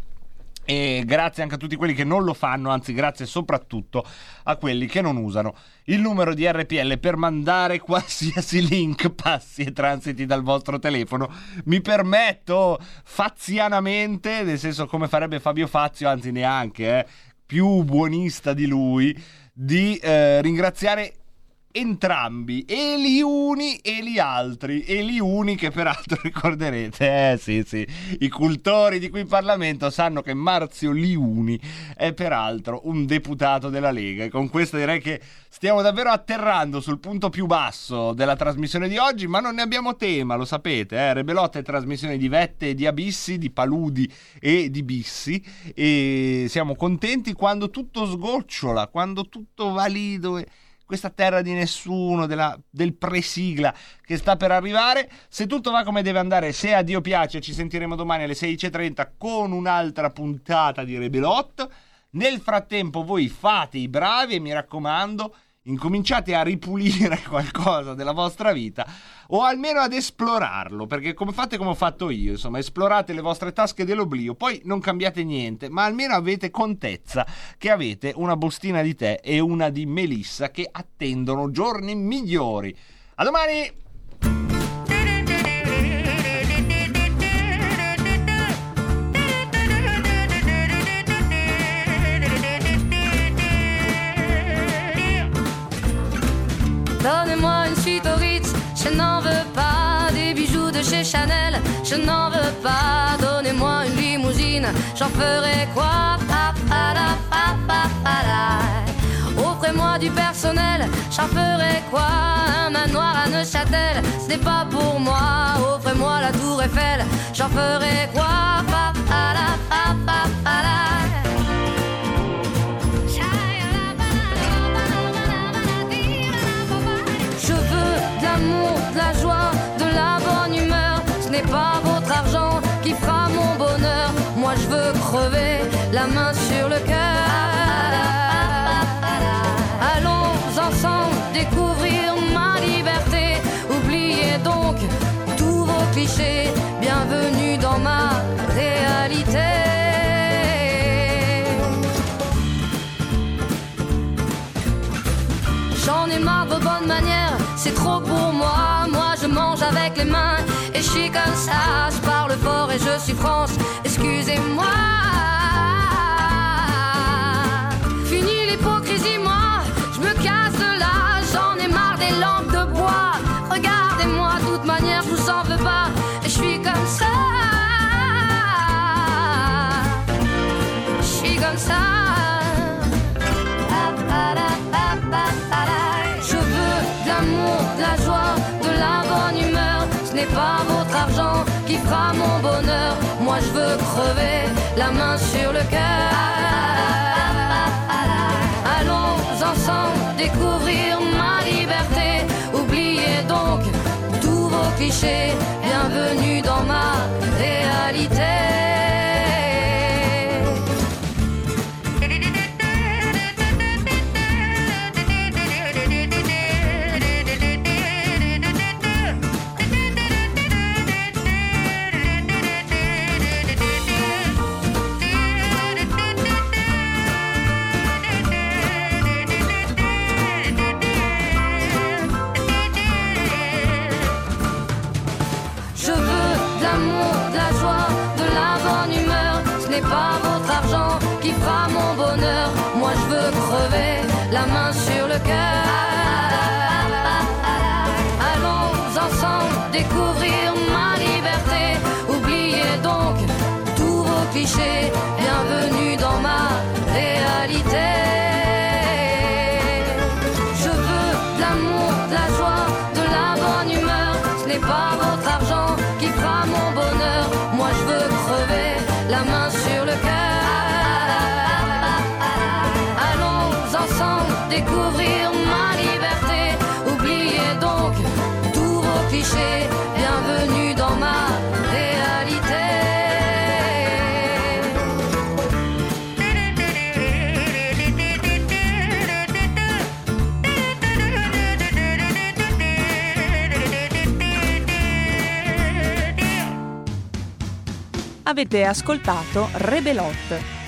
E grazie anche a tutti quelli che non lo fanno, anzi grazie soprattutto a quelli che non usano il numero di R P L per mandare qualsiasi link passi e transiti dal vostro telefono. Mi permetto fazianamente, nel senso come farebbe Fabio Fazio, anzi neanche, eh, più buonista di lui, di eh, ringraziare entrambi, e gli uni e gli altri, e gli uni che peraltro ricorderete, eh sì sì, i cultori di qui in Parlamento sanno che Marzio Liuni è peraltro un deputato della Lega, e con questo direi che stiamo davvero atterrando sul punto più basso della trasmissione di oggi, ma non ne abbiamo tema, lo sapete, eh? Rebelotta è trasmissione di vette e di abissi, di paludi e di bissi, e siamo contenti quando tutto sgocciola, quando tutto va lì dove questa terra di nessuno, della, del presigla che sta per arrivare. Se tutto va come deve andare, se a Dio piace, ci sentiremo domani alle sedici e trenta con un'altra puntata di Rebelot. Nel frattempo voi fate i bravi e mi raccomando, incominciate a ripulire qualcosa della vostra vita o almeno ad esplorarlo, perché come fate come ho fatto io, insomma, esplorate le vostre tasche dell'oblio, poi non cambiate niente, ma almeno avete contezza che avete una bustina di tè e una di melissa che attendono giorni migliori. A domani! Donnez-moi une suite au Ritz, je n'en veux pas. Des bijoux de chez Chanel, je n'en veux pas. Donnez-moi une limousine, j'en ferai quoi? Pa, pa, la, pa, pa, pa, la. Offrez-moi du personnel, j'en ferai quoi? Un manoir à Neuchâtel, ce n'est pas pour moi. Offrez-moi la tour Eiffel, j'en ferai quoi? Pa, pa, la, pa, pa, pa, la. De la joie, de la bonne humeur, ce n'est pas votre argent qui fera mon bonheur. Moi je veux crever la main sur le cœur. Allons ensemble découvrir ma liberté. Oubliez donc tous vos clichés. Bienvenue dans ma réalité. J'en ai marre de vos bonnes manières, c'est trop pour moi. Moi je mange avec les mains et je suis comme ça. Je parle fort et je suis France, excusez-moi. Fini l'hypocrisie, moi je me casse de là. J'en ai marre des lampes de bois. Regardez-moi, de toute manière je vous en veux pas. Et je suis comme ça. Je suis comme ça. De la joie, de la bonne humeur, ce n'est pas votre argent qui fera mon bonheur. Moi je veux crever la main sur le cœur. Allons ensemble découvrir ma liberté. Oubliez donc tous vos clichés. Bienvenue dans ma réalité. main sur le cœur. Allons ensemble découvrir ma liberté. Oubliez donc tous vos clichés. Bienvenue dans ma réalité. Je veux de l'amour, de la joie, de la bonne humeur. Ce n'est pas votre argent qui fera mon bonheur. Moi je veux crever la main sur le cœur. Allons ensemble découvrir ma liberté. Oubliez donc tous vos clichés. Bienvenue dans ma réalité. Avete ascoltato Rebelot,